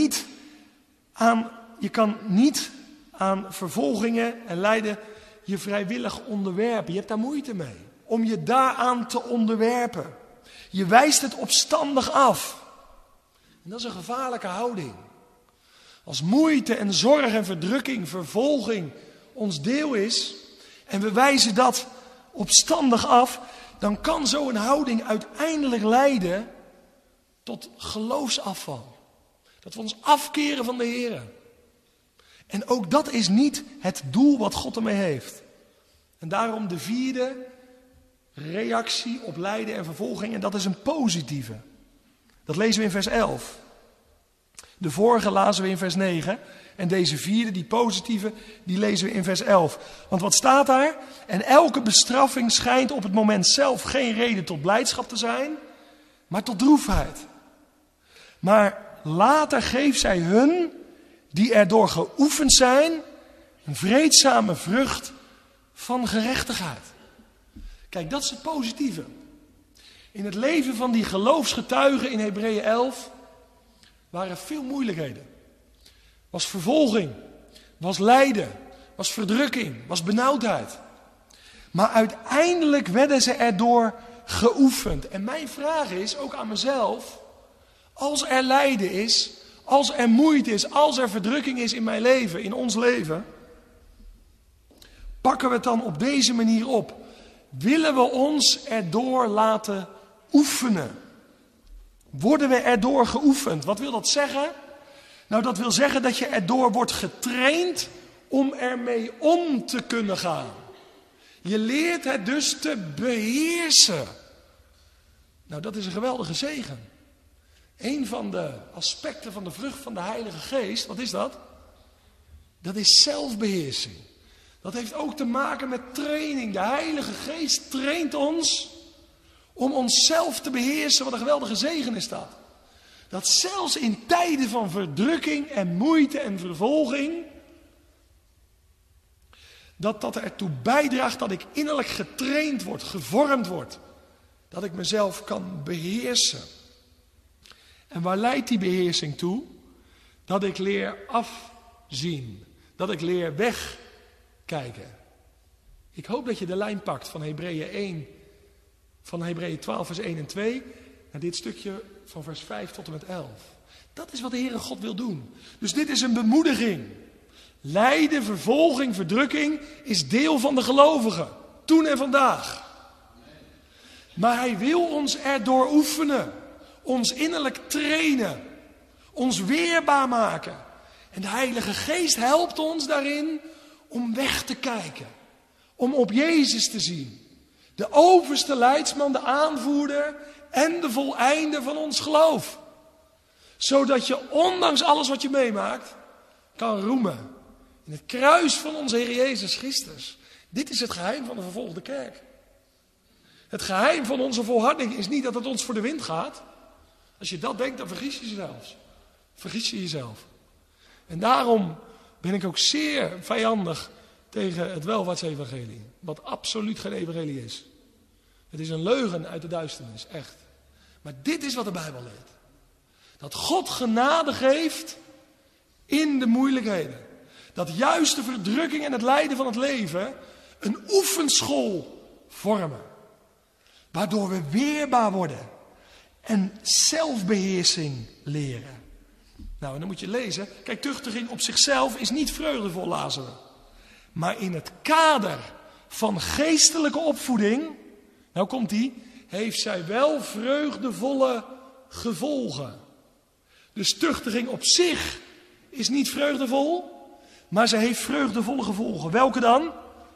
kan niet aan vervolgingen en lijden je vrijwillig onderwerpen. Je hebt daar moeite mee om je daaraan te onderwerpen. Je wijst het opstandig af. En dat is een gevaarlijke houding. Als moeite en zorg en verdrukking, vervolging ons deel is en we wijzen dat opstandig af, dan kan zo'n houding uiteindelijk leiden tot geloofsafval. Dat we ons afkeren van de Heer. En ook dat is niet het doel wat God ermee heeft. En daarom de vierde reactie op lijden en vervolging, en dat is een positieve. Dat lezen we in vers 11. De vorige lazen we in vers 9. En deze vierde, die positieve, die lezen we in vers 11. Want wat staat daar? En elke bestraffing schijnt op het moment zelf geen reden tot blijdschap te zijn, maar tot droefheid. Maar later geeft zij hun, die erdoor geoefend zijn, een vreedzame vrucht van gerechtigheid. Kijk, dat is het positieve. In het leven van die geloofsgetuigen in Hebreeën 11 waren veel moeilijkheden. Was vervolging, was lijden, was verdrukking, was benauwdheid. Maar uiteindelijk werden ze erdoor geoefend. En mijn vraag is, ook aan mezelf, als er lijden is, als er moeite is, als er verdrukking is in mijn leven, in ons leven, pakken we het dan op deze manier op? Willen we ons erdoor laten oefenen? Worden we erdoor geoefend? Wat wil dat zeggen? Nou, dat wil zeggen dat je erdoor wordt getraind om ermee om te kunnen gaan. Je leert het dus te beheersen. Nou, dat is een geweldige zegen. Een van de aspecten van de vrucht van de Heilige Geest, wat is dat? Dat is zelfbeheersing. Dat heeft ook te maken met training. De Heilige Geest traint ons om onszelf te beheersen. Wat een geweldige zegen is dat. Dat zelfs in tijden van verdrukking en moeite en vervolging, dat ertoe bijdraagt dat ik innerlijk getraind word, gevormd word. Dat ik mezelf kan beheersen. En waar leidt die beheersing toe? Dat ik leer afzien. Dat ik leer wegkijken. Ik hoop dat je de lijn pakt van Hebreeën 1, van Hebreeën 12 vers 1 en 2... naar dit stukje van vers 5 tot en met 11. Dat is wat de Heere God wil doen. Dus dit is een bemoediging. Lijden, vervolging, verdrukking is deel van de gelovigen. Toen en vandaag. Maar hij wil ons erdoor oefenen. Ons innerlijk trainen. Ons weerbaar maken. En de Heilige Geest helpt ons daarin om weg te kijken. Om op Jezus te zien. De overste leidsman, de aanvoerder en de voleinder van ons geloof. Zodat je ondanks alles wat je meemaakt kan roemen in het kruis van onze Heer Jezus Christus. Dit is het geheim van de vervolgde kerk. Het geheim van onze volharding is niet dat het ons voor de wind gaat. Als je dat denkt, dan vergis je jezelf. Vergis je jezelf. En daarom ben ik ook zeer vijandig tegen het welvaartsevangelie. Wat absoluut geen evangelie is. Het is een leugen uit de duisternis, echt. Maar dit is wat de Bijbel leert. Dat God genade geeft in de moeilijkheden. Dat juist de verdrukking en het lijden van het leven een oefenschool vormen. Waardoor we weerbaar worden en zelfbeheersing leren. Nou, en dan moet je lezen. Kijk, tuchtiging op zichzelf is niet vreugdevol, lazen we. Maar in het kader van geestelijke opvoeding, nou komt die, heeft zij wel vreugdevolle gevolgen. Dus tuchtiging op zich is niet vreugdevol, maar ze heeft vreugdevolle gevolgen. Welke dan?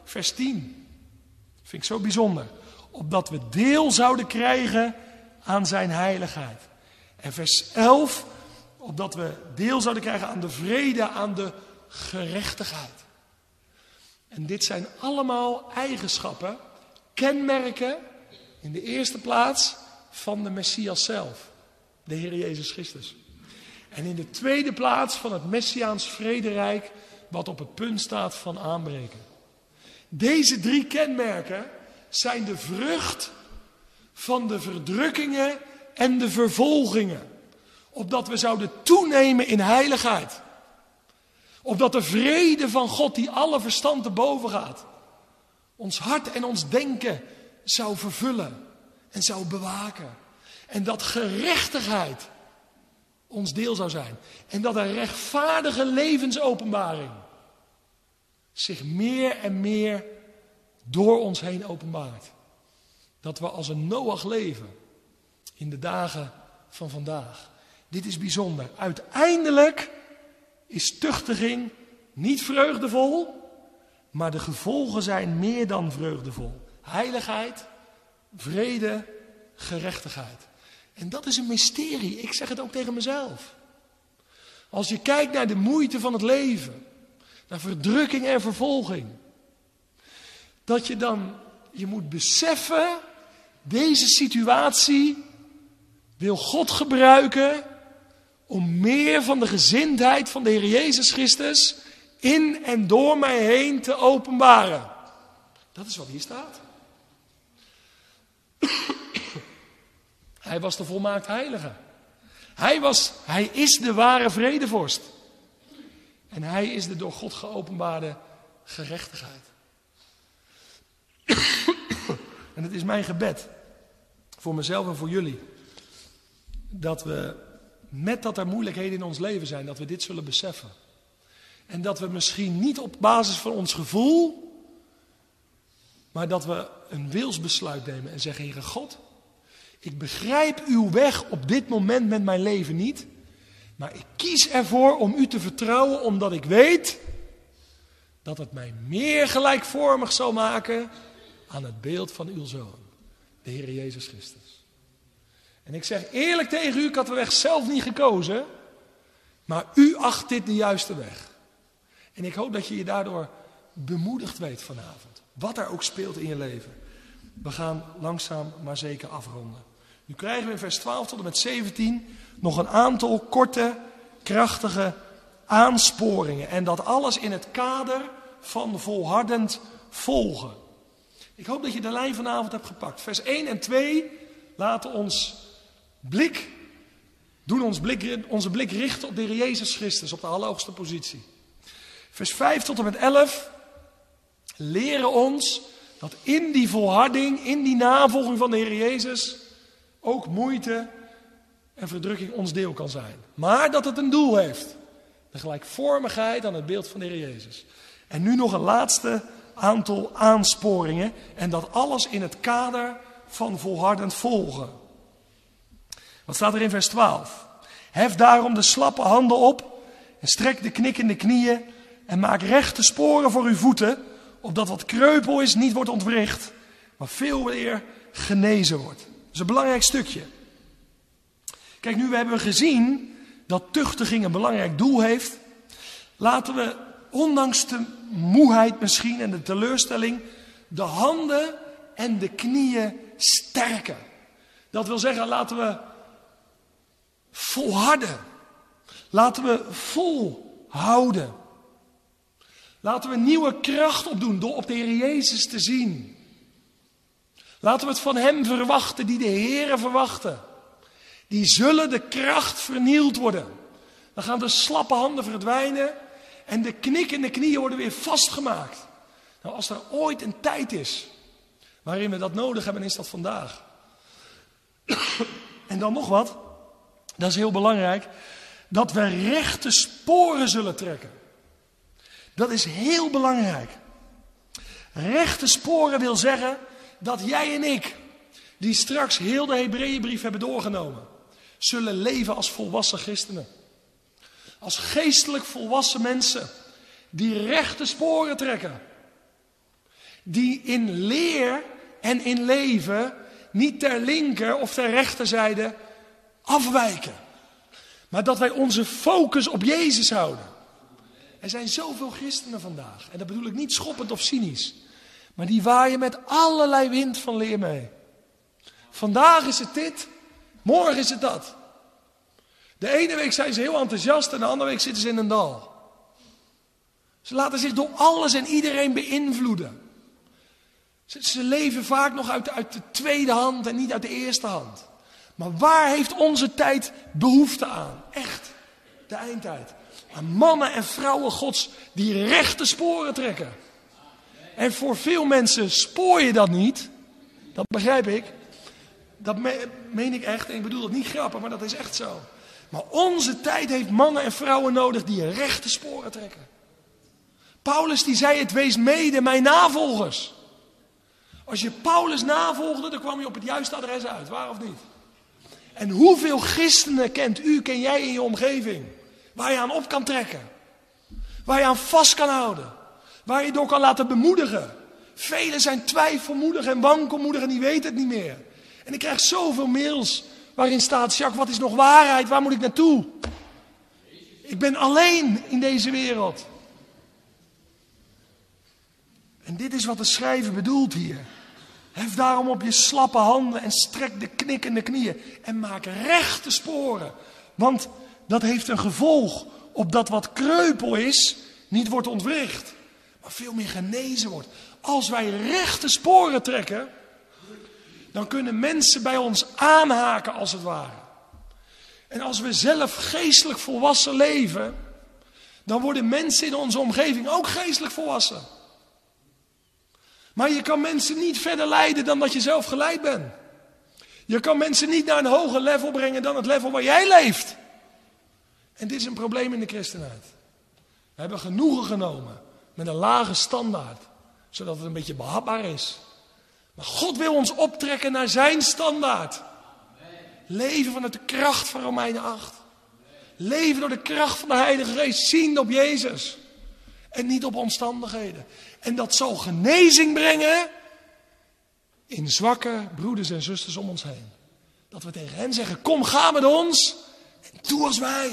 vers 10. Vind ik zo bijzonder. Opdat we deel zouden krijgen aan zijn heiligheid. En vers 11. Opdat we deel zouden krijgen aan de vrede, aan de gerechtigheid. En dit zijn allemaal eigenschappen, kenmerken in de eerste plaats van de Messias zelf. De Heer Jezus Christus. En in de tweede plaats van het Messiaans vrederijk wat op het punt staat van aanbreken. Deze 3 kenmerken zijn de vrucht van de verdrukkingen en de vervolgingen. Opdat we zouden toenemen in heiligheid. Opdat de vrede van God die alle verstand te boven gaat. Ons hart en ons denken zou vervullen en zou bewaken. En dat gerechtigheid ons deel zou zijn. En dat een rechtvaardige levensopenbaring zich meer en meer door ons heen openbaart. Dat we als een Noach leven in de dagen van vandaag. Dit is bijzonder. Uiteindelijk is tuchtiging niet vreugdevol, maar de gevolgen zijn meer dan vreugdevol. Heiligheid, vrede, gerechtigheid. En dat is een mysterie. Ik zeg het ook tegen mezelf. Als je kijkt naar de moeite van het leven, naar verdrukking en vervolging, dat je moet beseffen, deze situatie wil God gebruiken om meer van de gezindheid van de Heer Jezus Christus in en door mij heen te openbaren. Dat is wat hier staat. Hij was de volmaakt heilige. Hij is de ware vredevorst. En hij is de door God geopenbaarde gerechtigheid. En het is mijn gebed voor mezelf en voor jullie, dat we, met dat er moeilijkheden in ons leven zijn, dat we dit zullen beseffen. En dat we misschien niet op basis van ons gevoel, maar dat we een wilsbesluit nemen en zeggen: Heere God, ik begrijp uw weg op dit moment met mijn leven niet, maar ik kies ervoor om u te vertrouwen, omdat ik weet dat het mij meer gelijkvormig zal maken aan het beeld van uw Zoon, de Heer Jezus Christus. En ik zeg eerlijk tegen u, ik had de weg zelf niet gekozen, maar u acht dit de juiste weg. En ik hoop dat je je daardoor bemoedigd weet vanavond, wat er ook speelt in je leven. We gaan langzaam maar zeker afronden. Nu krijgen we in vers 12 tot en met 17 nog een aantal korte, krachtige aansporingen. En dat alles in het kader van volhardend volgen. Ik hoop dat je de lijn vanavond hebt gepakt. Vers 1 en 2 laten onze blik richten op de Heer Jezus Christus, op de allerhoogste positie. Vers 5 tot en met 11 leren ons dat in die volharding, in die navolging van de Heer Jezus, ook moeite en verdrukking ons deel kan zijn. Maar dat het een doel heeft. De gelijkvormigheid aan het beeld van de Heer Jezus. En nu nog een laatste aantal aansporingen. En dat alles in het kader van volhardend volgen. Wat staat er in vers 12? Hef daarom de slappe handen op en strek de knikkende knieën en maak rechte sporen voor uw voeten, opdat wat kreupel is niet wordt ontwricht, maar veel eer genezen wordt. Dat is een belangrijk stukje. Kijk, nu we hebben gezien dat tuchtiging een belangrijk doel heeft, laten we, ondanks de moeheid misschien en de teleurstelling, de handen en de knieën sterken. Dat wil zeggen, laten we volharden. Laten we volhouden. Laten we nieuwe kracht opdoen door op de Heer Jezus te zien. Laten we het van Hem verwachten die de Heere verwachten. Die zullen de kracht vernield worden. Dan gaan de slappe handen verdwijnen en de knikkende knieën worden weer vastgemaakt. Nou, als er ooit een tijd is waarin we dat nodig hebben, is dat vandaag. En dan nog wat, dat is heel belangrijk, dat we rechte sporen zullen trekken. Dat is heel belangrijk. Rechte sporen wil zeggen dat jij en ik, die straks heel de Hebreeënbrief hebben doorgenomen, zullen leven als volwassen christenen. Als geestelijk volwassen mensen die rechte sporen trekken. Die in leer en in leven niet ter linker of ter rechterzijde afwijken. Maar dat wij onze focus op Jezus houden. Er zijn zoveel christenen vandaag. En dat bedoel ik niet schoppend of cynisch. Maar die waaien met allerlei wind van leer mee. Vandaag is het dit, morgen is het dat. De ene week zijn ze heel enthousiast en de andere week zitten ze in een dal. Ze laten zich door alles en iedereen beïnvloeden. Ze leven vaak nog uit de tweede hand en niet uit de eerste hand. Maar waar heeft onze tijd behoefte aan? Echt, de eindtijd. Aan mannen en vrouwen Gods die rechte sporen trekken. En voor veel mensen spoor je dat niet. Dat begrijp ik. Dat meen ik echt. En ik bedoel dat niet grappig, maar dat is echt zo. Maar onze tijd heeft mannen en vrouwen nodig die rechte sporen trekken. Paulus die zei het, wees mede mijn navolgers. Als je Paulus navolgde, dan kwam je op het juiste adres uit. Waar of niet? En hoeveel christenen ken jij in je omgeving? Waar je aan op kan trekken. Waar je aan vast kan houden. Waar je door kan laten bemoedigen. Velen zijn twijfelmoedig en wankelmoedig en die weten het niet meer. En ik krijg zoveel mails waarin staat, Jacques, wat is nog waarheid? Waar moet ik naartoe? Ik ben alleen in deze wereld. En dit is wat de schrijver bedoelt hier. Hef daarom op je slappe handen en strek de knikkende knieën. En maak rechte sporen. Want dat heeft een gevolg op dat wat kreupel is, niet wordt ontwricht. Maar veel meer genezen wordt. Als wij rechte sporen trekken, dan kunnen mensen bij ons aanhaken als het ware. En als we zelf geestelijk volwassen leven, dan worden mensen in onze omgeving ook geestelijk volwassen. Maar je kan mensen niet verder leiden dan dat je zelf geleid bent. Je kan mensen niet naar een hoger level brengen dan het level waar jij leeft. En dit is een probleem in de christenheid. We hebben genoegen genomen met een lage standaard, zodat het een beetje behapbaar is. Maar God wil ons optrekken naar zijn standaard. Leven vanuit de kracht van Romeinen 8. Leven door de kracht van de Heilige Geest, ziend op Jezus. En niet op omstandigheden. En dat zal genezing brengen in zwakke broeders en zusters om ons heen. Dat we tegen hen zeggen, kom, ga met ons en doe als wij.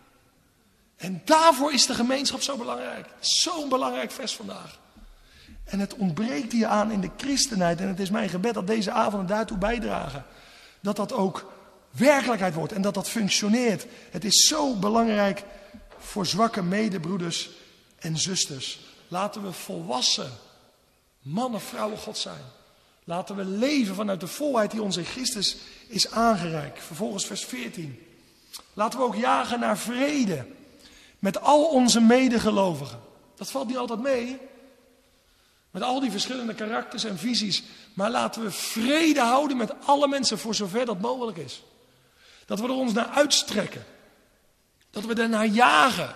En daarvoor is de gemeenschap zo belangrijk. Zo'n belangrijk vers vandaag. En het ontbreekt hier aan in de christenheid. En het is mijn gebed dat deze avonden daartoe bijdragen. Dat dat ook werkelijkheid wordt en dat dat functioneert. Het is zo belangrijk voor zwakke medebroeders en zusters. Laten we volwassen mannen, vrouwen God zijn. Laten we leven vanuit de volheid die ons in Christus is aangereikt. Vervolgens vers 14. Laten we ook jagen naar vrede met al onze medegelovigen. Dat valt niet altijd mee. Met al die verschillende karakters en visies. Maar laten we vrede houden met alle mensen voor zover dat mogelijk is. Dat we er ons naar uitstrekken. Dat we er naar jagen.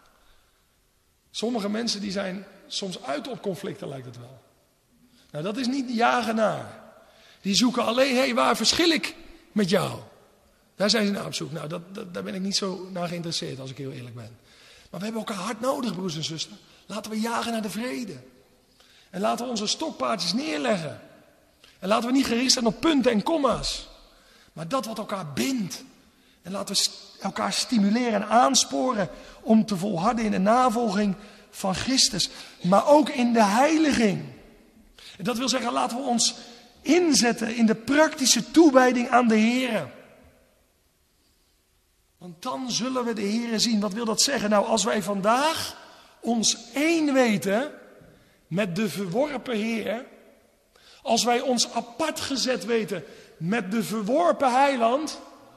Sommige mensen die zijn soms uit op conflicten, lijkt het wel. Nou, dat is niet jagen naar. Die zoeken alleen, waar verschil ik met jou? Daar zijn ze naar op zoek. Nou, daar ben ik niet zo naar geïnteresseerd, als ik heel eerlijk ben. Maar we hebben elkaar hard nodig, broers en zusters. Laten we jagen naar de vrede. En laten we onze stokpaardjes neerleggen. En laten we niet gericht zijn op punten en komma's. Maar dat wat elkaar bindt. En laten we elkaar stimuleren en aansporen om te volharden in de navolging van Christus. Maar ook in de heiliging. En dat wil zeggen, laten we ons inzetten in de praktische toewijding aan de Heer. Want dan zullen we de Heer zien. Wat wil dat zeggen? Nou, als wij vandaag ons één weten met de verworpen Heer. Als wij ons apart gezet weten met de verworpen Heiland.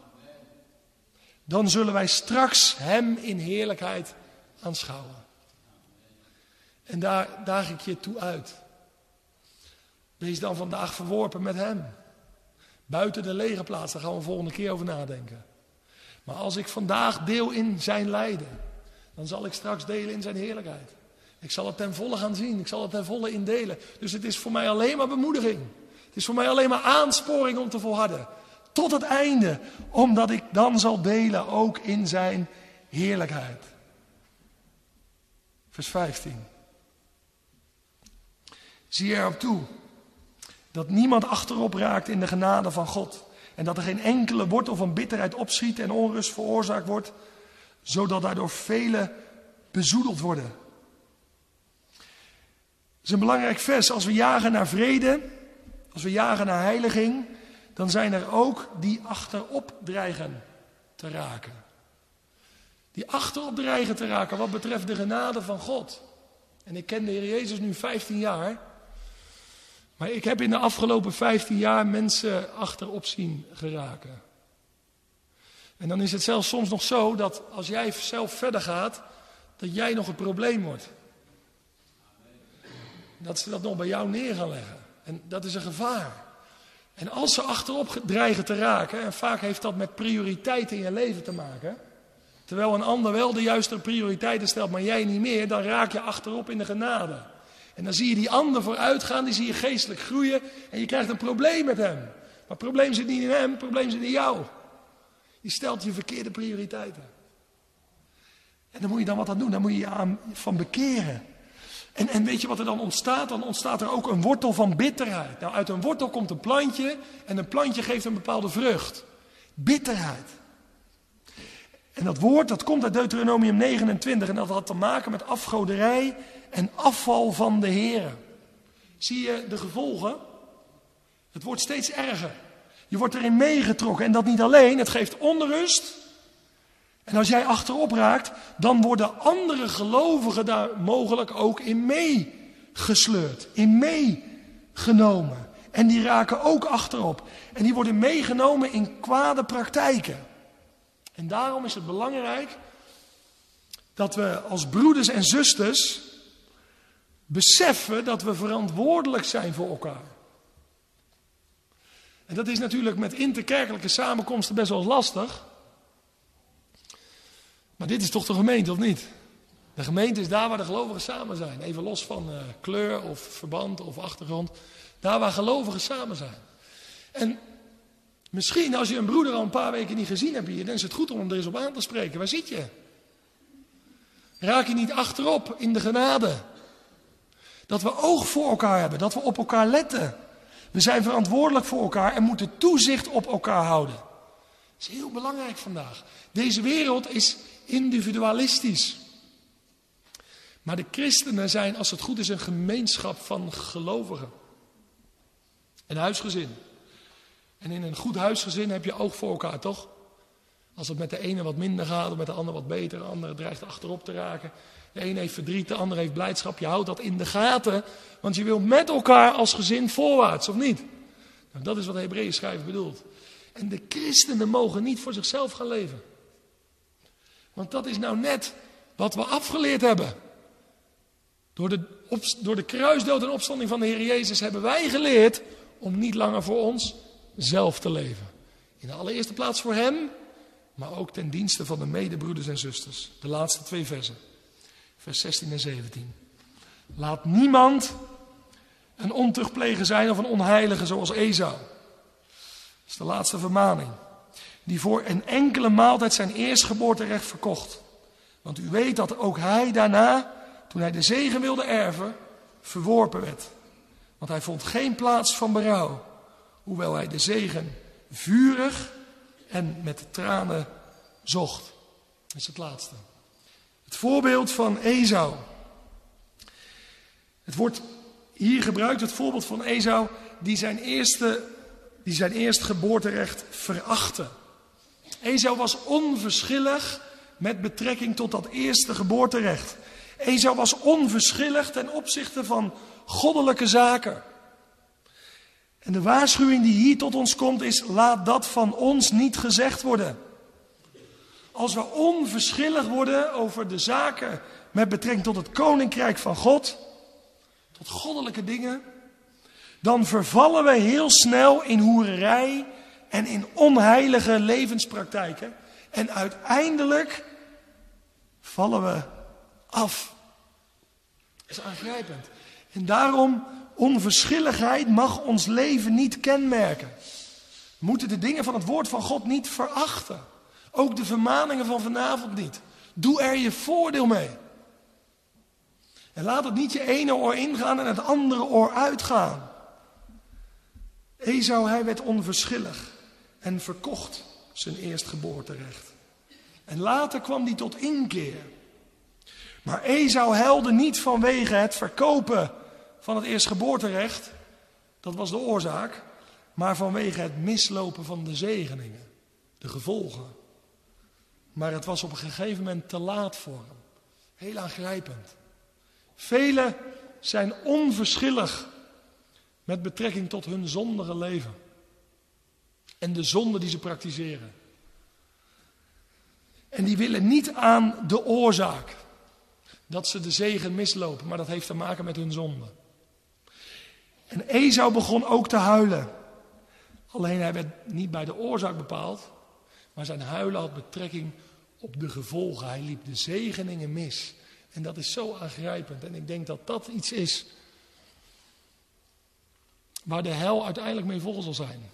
Dan zullen wij straks hem in heerlijkheid aanschouwen. En daar daag ik je toe uit. Wees dan vandaag verworpen met hem. Buiten de lege plaats, daar gaan we volgende keer over nadenken. Maar als ik vandaag deel in zijn lijden, dan zal ik straks delen in zijn heerlijkheid. Ik zal het ten volle gaan zien, ik zal het ten volle indelen. Dus het is voor mij alleen maar bemoediging. Het is voor mij alleen maar aansporing om te volharden. Tot het einde, omdat ik dan zal delen ook in zijn heerlijkheid. Vers 15. Zie erop toe dat niemand achterop raakt in de genade van God. En dat er geen enkele wortel van bitterheid opschiet en onrust veroorzaakt wordt, zodat daardoor velen bezoedeld worden. Dat is een belangrijk vers. Als we jagen naar vrede, als we jagen naar heiliging, dan zijn er ook die achterop dreigen te raken. Die achterop dreigen te raken wat betreft de genade van God. En ik ken de Heer Jezus nu 15 jaar. Maar ik heb in de afgelopen 15 jaar mensen achterop zien geraken. En dan is het zelfs soms nog zo dat als jij zelf verder gaat, dat jij nog het probleem wordt. Dat ze dat nog bij jou neer gaan leggen. En dat is een gevaar. En als ze achterop dreigen te raken, en vaak heeft dat met prioriteiten in je leven te maken. Terwijl een ander wel de juiste prioriteiten stelt, maar jij niet meer, dan raak je achterop in de genade. En dan zie je die ander vooruit gaan, die zie je geestelijk groeien en je krijgt een probleem met hem. Maar het probleem zit niet in hem, het probleem zit in jou. Je stelt je verkeerde prioriteiten. En dan moet je dan wat aan doen, dan moet je je aan van bekeren. En weet je wat er dan ontstaat? Dan ontstaat er ook een wortel van bitterheid. Nou, uit een wortel komt een plantje en een plantje geeft een bepaalde vrucht. Bitterheid. En dat woord, dat komt uit Deuteronomium 29 en dat had te maken met afgoderij en afval van de Heere. Zie je de gevolgen? Het wordt steeds erger. Je wordt erin meegetrokken en dat niet alleen, het geeft onrust. En als jij achterop raakt, dan worden andere gelovigen daar mogelijk ook in meegesleurd, in meegenomen. En die raken ook achterop. En die worden meegenomen in kwade praktijken. En daarom is het belangrijk dat we als broeders en zusters beseffen dat we verantwoordelijk zijn voor elkaar. En dat is natuurlijk met interkerkelijke samenkomsten best wel lastig. Maar dit is toch de gemeente, of niet? De gemeente is daar waar de gelovigen samen zijn. Even los van kleur of verband of achtergrond. Daar waar gelovigen samen zijn. En misschien als je een broeder al een paar weken niet gezien hebt hier, dan is het goed om hem er eens op aan te spreken. Waar zit je? Raak je niet achterop in de genade? Dat we oog voor elkaar hebben, dat we op elkaar letten. We zijn verantwoordelijk voor elkaar en moeten toezicht op elkaar houden. Dat is heel belangrijk vandaag. Deze wereld is individualistisch. Maar de christenen zijn, als het goed is, een gemeenschap van gelovigen. Een huisgezin. En in een goed huisgezin heb je oog voor elkaar, toch? Als het met de ene wat minder gaat, of met de ander wat beter, de andere dreigt achterop te raken. De ene heeft verdriet, de ander heeft blijdschap. Je houdt dat in de gaten, want je wil met elkaar als gezin voorwaarts, of niet? Nou, dat is wat de Hebreeën schrijver bedoelt. En de christenen mogen niet voor zichzelf gaan leven. Want dat is nou net wat we afgeleerd hebben. Door de kruisdood en opstanding van de Heer Jezus hebben wij geleerd om niet langer voor ons zelf te leven. In de allereerste plaats voor Hem, maar ook ten dienste van de medebroeders en zusters. De laatste 2 versen. Vers 16 en 17. Laat niemand een ontuchtpleger zijn of een onheilige zoals Esau. Dat is de laatste vermaning. Die voor een enkele maaltijd zijn eerstgeboorterecht verkocht. Want u weet dat ook hij daarna, toen hij de zegen wilde erven, verworpen werd. Want hij vond geen plaats van berouw. Hoewel hij de zegen vurig en met tranen zocht. Dat is het laatste. Het voorbeeld van Esau. Het wordt hier gebruikt, het voorbeeld van Esau, die zijn eerstgeboorterecht verachtte. Esau was onverschillig met betrekking tot dat eerste geboorterecht. Esau was onverschillig ten opzichte van goddelijke zaken. En de waarschuwing die hier tot ons komt is, laat dat van ons niet gezegd worden. Als we onverschillig worden over de zaken met betrekking tot het koninkrijk van God, tot goddelijke dingen, dan vervallen we heel snel in hoererij en in onheilige levenspraktijken. En uiteindelijk vallen we af. Dat is aangrijpend. En daarom, onverschilligheid mag ons leven niet kenmerken. We moeten de dingen van het woord van God niet verachten. Ook de vermaningen van vanavond niet. Doe er je voordeel mee. En laat het niet je ene oor ingaan en het andere oor uitgaan. Esau, hij werd onverschillig en verkocht zijn eerstgeboorterecht. En later kwam hij tot inkeer. Maar Esau huilde niet vanwege het verkopen van het eerstgeboorterecht. Dat was de oorzaak. Maar vanwege het mislopen van de zegeningen. De gevolgen. Maar het was op een gegeven moment te laat voor hem. Heel aangrijpend. Velen zijn onverschillig met betrekking tot hun zondige leven. En de zonde die ze praktiseren. En die willen niet aan de oorzaak. Dat ze de zegen mislopen, maar dat heeft te maken met hun zonde. En Esau begon ook te huilen. Alleen hij werd niet bij de oorzaak bepaald. Maar zijn huilen had betrekking op de gevolgen. Hij liep de zegeningen mis. En dat is zo aangrijpend. En ik denk dat dat iets is waar de hel uiteindelijk mee vol zal zijn.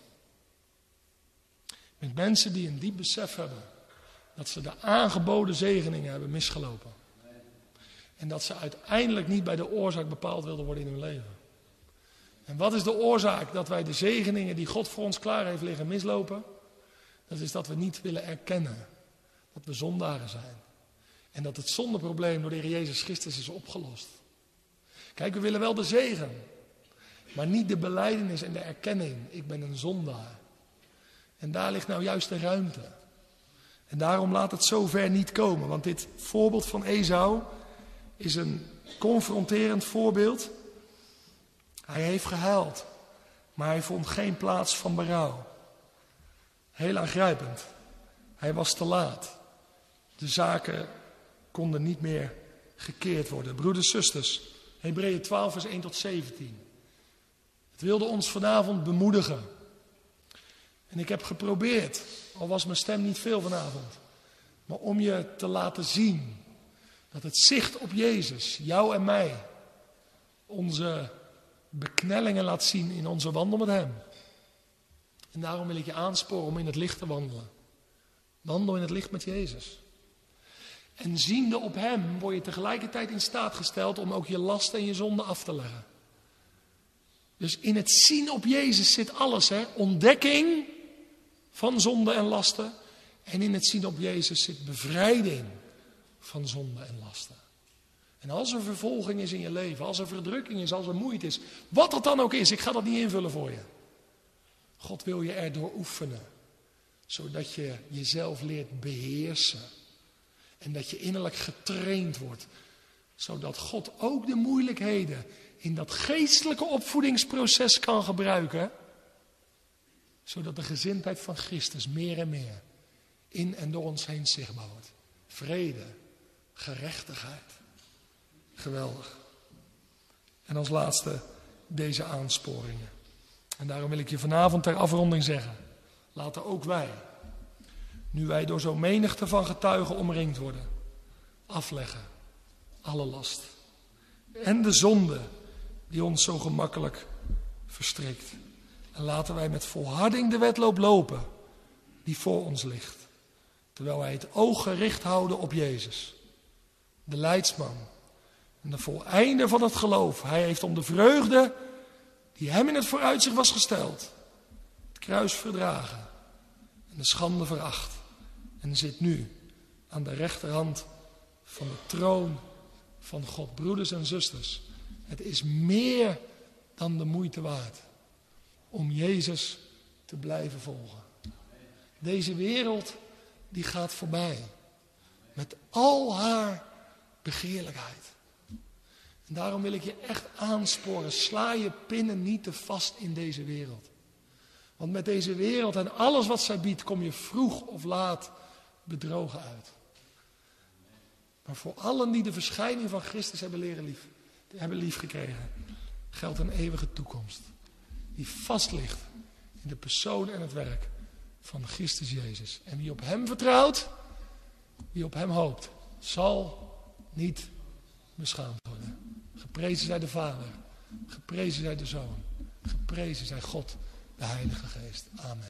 Met mensen die een diep besef hebben dat ze de aangeboden zegeningen hebben misgelopen. En dat ze uiteindelijk niet bij de oorzaak bepaald wilden worden in hun leven. En wat is de oorzaak dat wij de zegeningen die God voor ons klaar heeft liggen mislopen? Dat is dat we niet willen erkennen dat we zondaren zijn. En dat het zondeprobleem door de Heer Jezus Christus is opgelost. Kijk, we willen wel de zegen. Maar niet de belijdenis en de erkenning. Ik ben een zondaar. En daar ligt nou juist de ruimte. En daarom laat het zo ver niet komen. Want dit voorbeeld van Esau is een confronterend voorbeeld. Hij heeft gehuild. Maar hij vond geen plaats van berouw. Heel aangrijpend. Hij was te laat. De zaken konden niet meer gekeerd worden. Broeders, zusters, Hebreeën 12 vers 1 tot 17. Het wilde ons vanavond bemoedigen. En ik heb geprobeerd, al was mijn stem niet veel vanavond, maar om je te laten zien dat het zicht op Jezus, jou en mij, onze beknellingen laat zien in onze wandel met Hem. En daarom wil ik je aansporen om in het licht te wandelen. Wandel in het licht met Jezus. En ziende op Hem word je tegelijkertijd in staat gesteld om ook je lasten en je zonden af te leggen. Dus in het zien op Jezus zit alles, hè? Ontdekking van zonde en lasten. En in het zien op Jezus zit bevrijding van zonde en lasten. En als er vervolging is in je leven, als er verdrukking is, als er moeite is, wat het dan ook is, ik ga dat niet invullen voor je. God wil je erdoor oefenen, zodat je jezelf leert beheersen. En dat je innerlijk getraind wordt, zodat God ook de moeilijkheden in dat geestelijke opvoedingsproces kan gebruiken. Zodat de gezindheid van Christus meer en meer in en door ons heen zichtbaar wordt. Vrede, gerechtigheid. Geweldig. En als laatste deze aansporingen. En daarom wil ik je vanavond ter afronding zeggen. Laten ook wij, nu wij door zo'n menigte van getuigen omringd worden, afleggen alle last. En de zonde die ons zo gemakkelijk verstrikt. En laten wij met volharding de wedloop lopen die voor ons ligt. Terwijl wij het oog gericht houden op Jezus. De leidsman en de voleinder van het geloof. Hij heeft om de vreugde die hem in het vooruitzicht was gesteld, het kruis verdragen en de schande veracht. En zit nu aan de rechterhand van de troon van God. Broeders en zusters, het is meer dan de moeite waard om Jezus te blijven volgen. Deze wereld die gaat voorbij met al haar begeerlijkheid. En daarom wil ik je echt aansporen, sla je pinnen niet te vast in deze wereld. Want met deze wereld en alles wat zij biedt, kom je vroeg of laat bedrogen uit. Maar voor allen die de verschijning van Christus hebben lief gekregen, geldt een eeuwige toekomst. Die vast ligt in de persoon en het werk van Christus Jezus. En wie op Hem vertrouwt, wie op Hem hoopt, zal niet beschaamd worden. Geprezen zij de Vader, geprezen zij de Zoon, geprezen zij God, de Heilige Geest. Amen.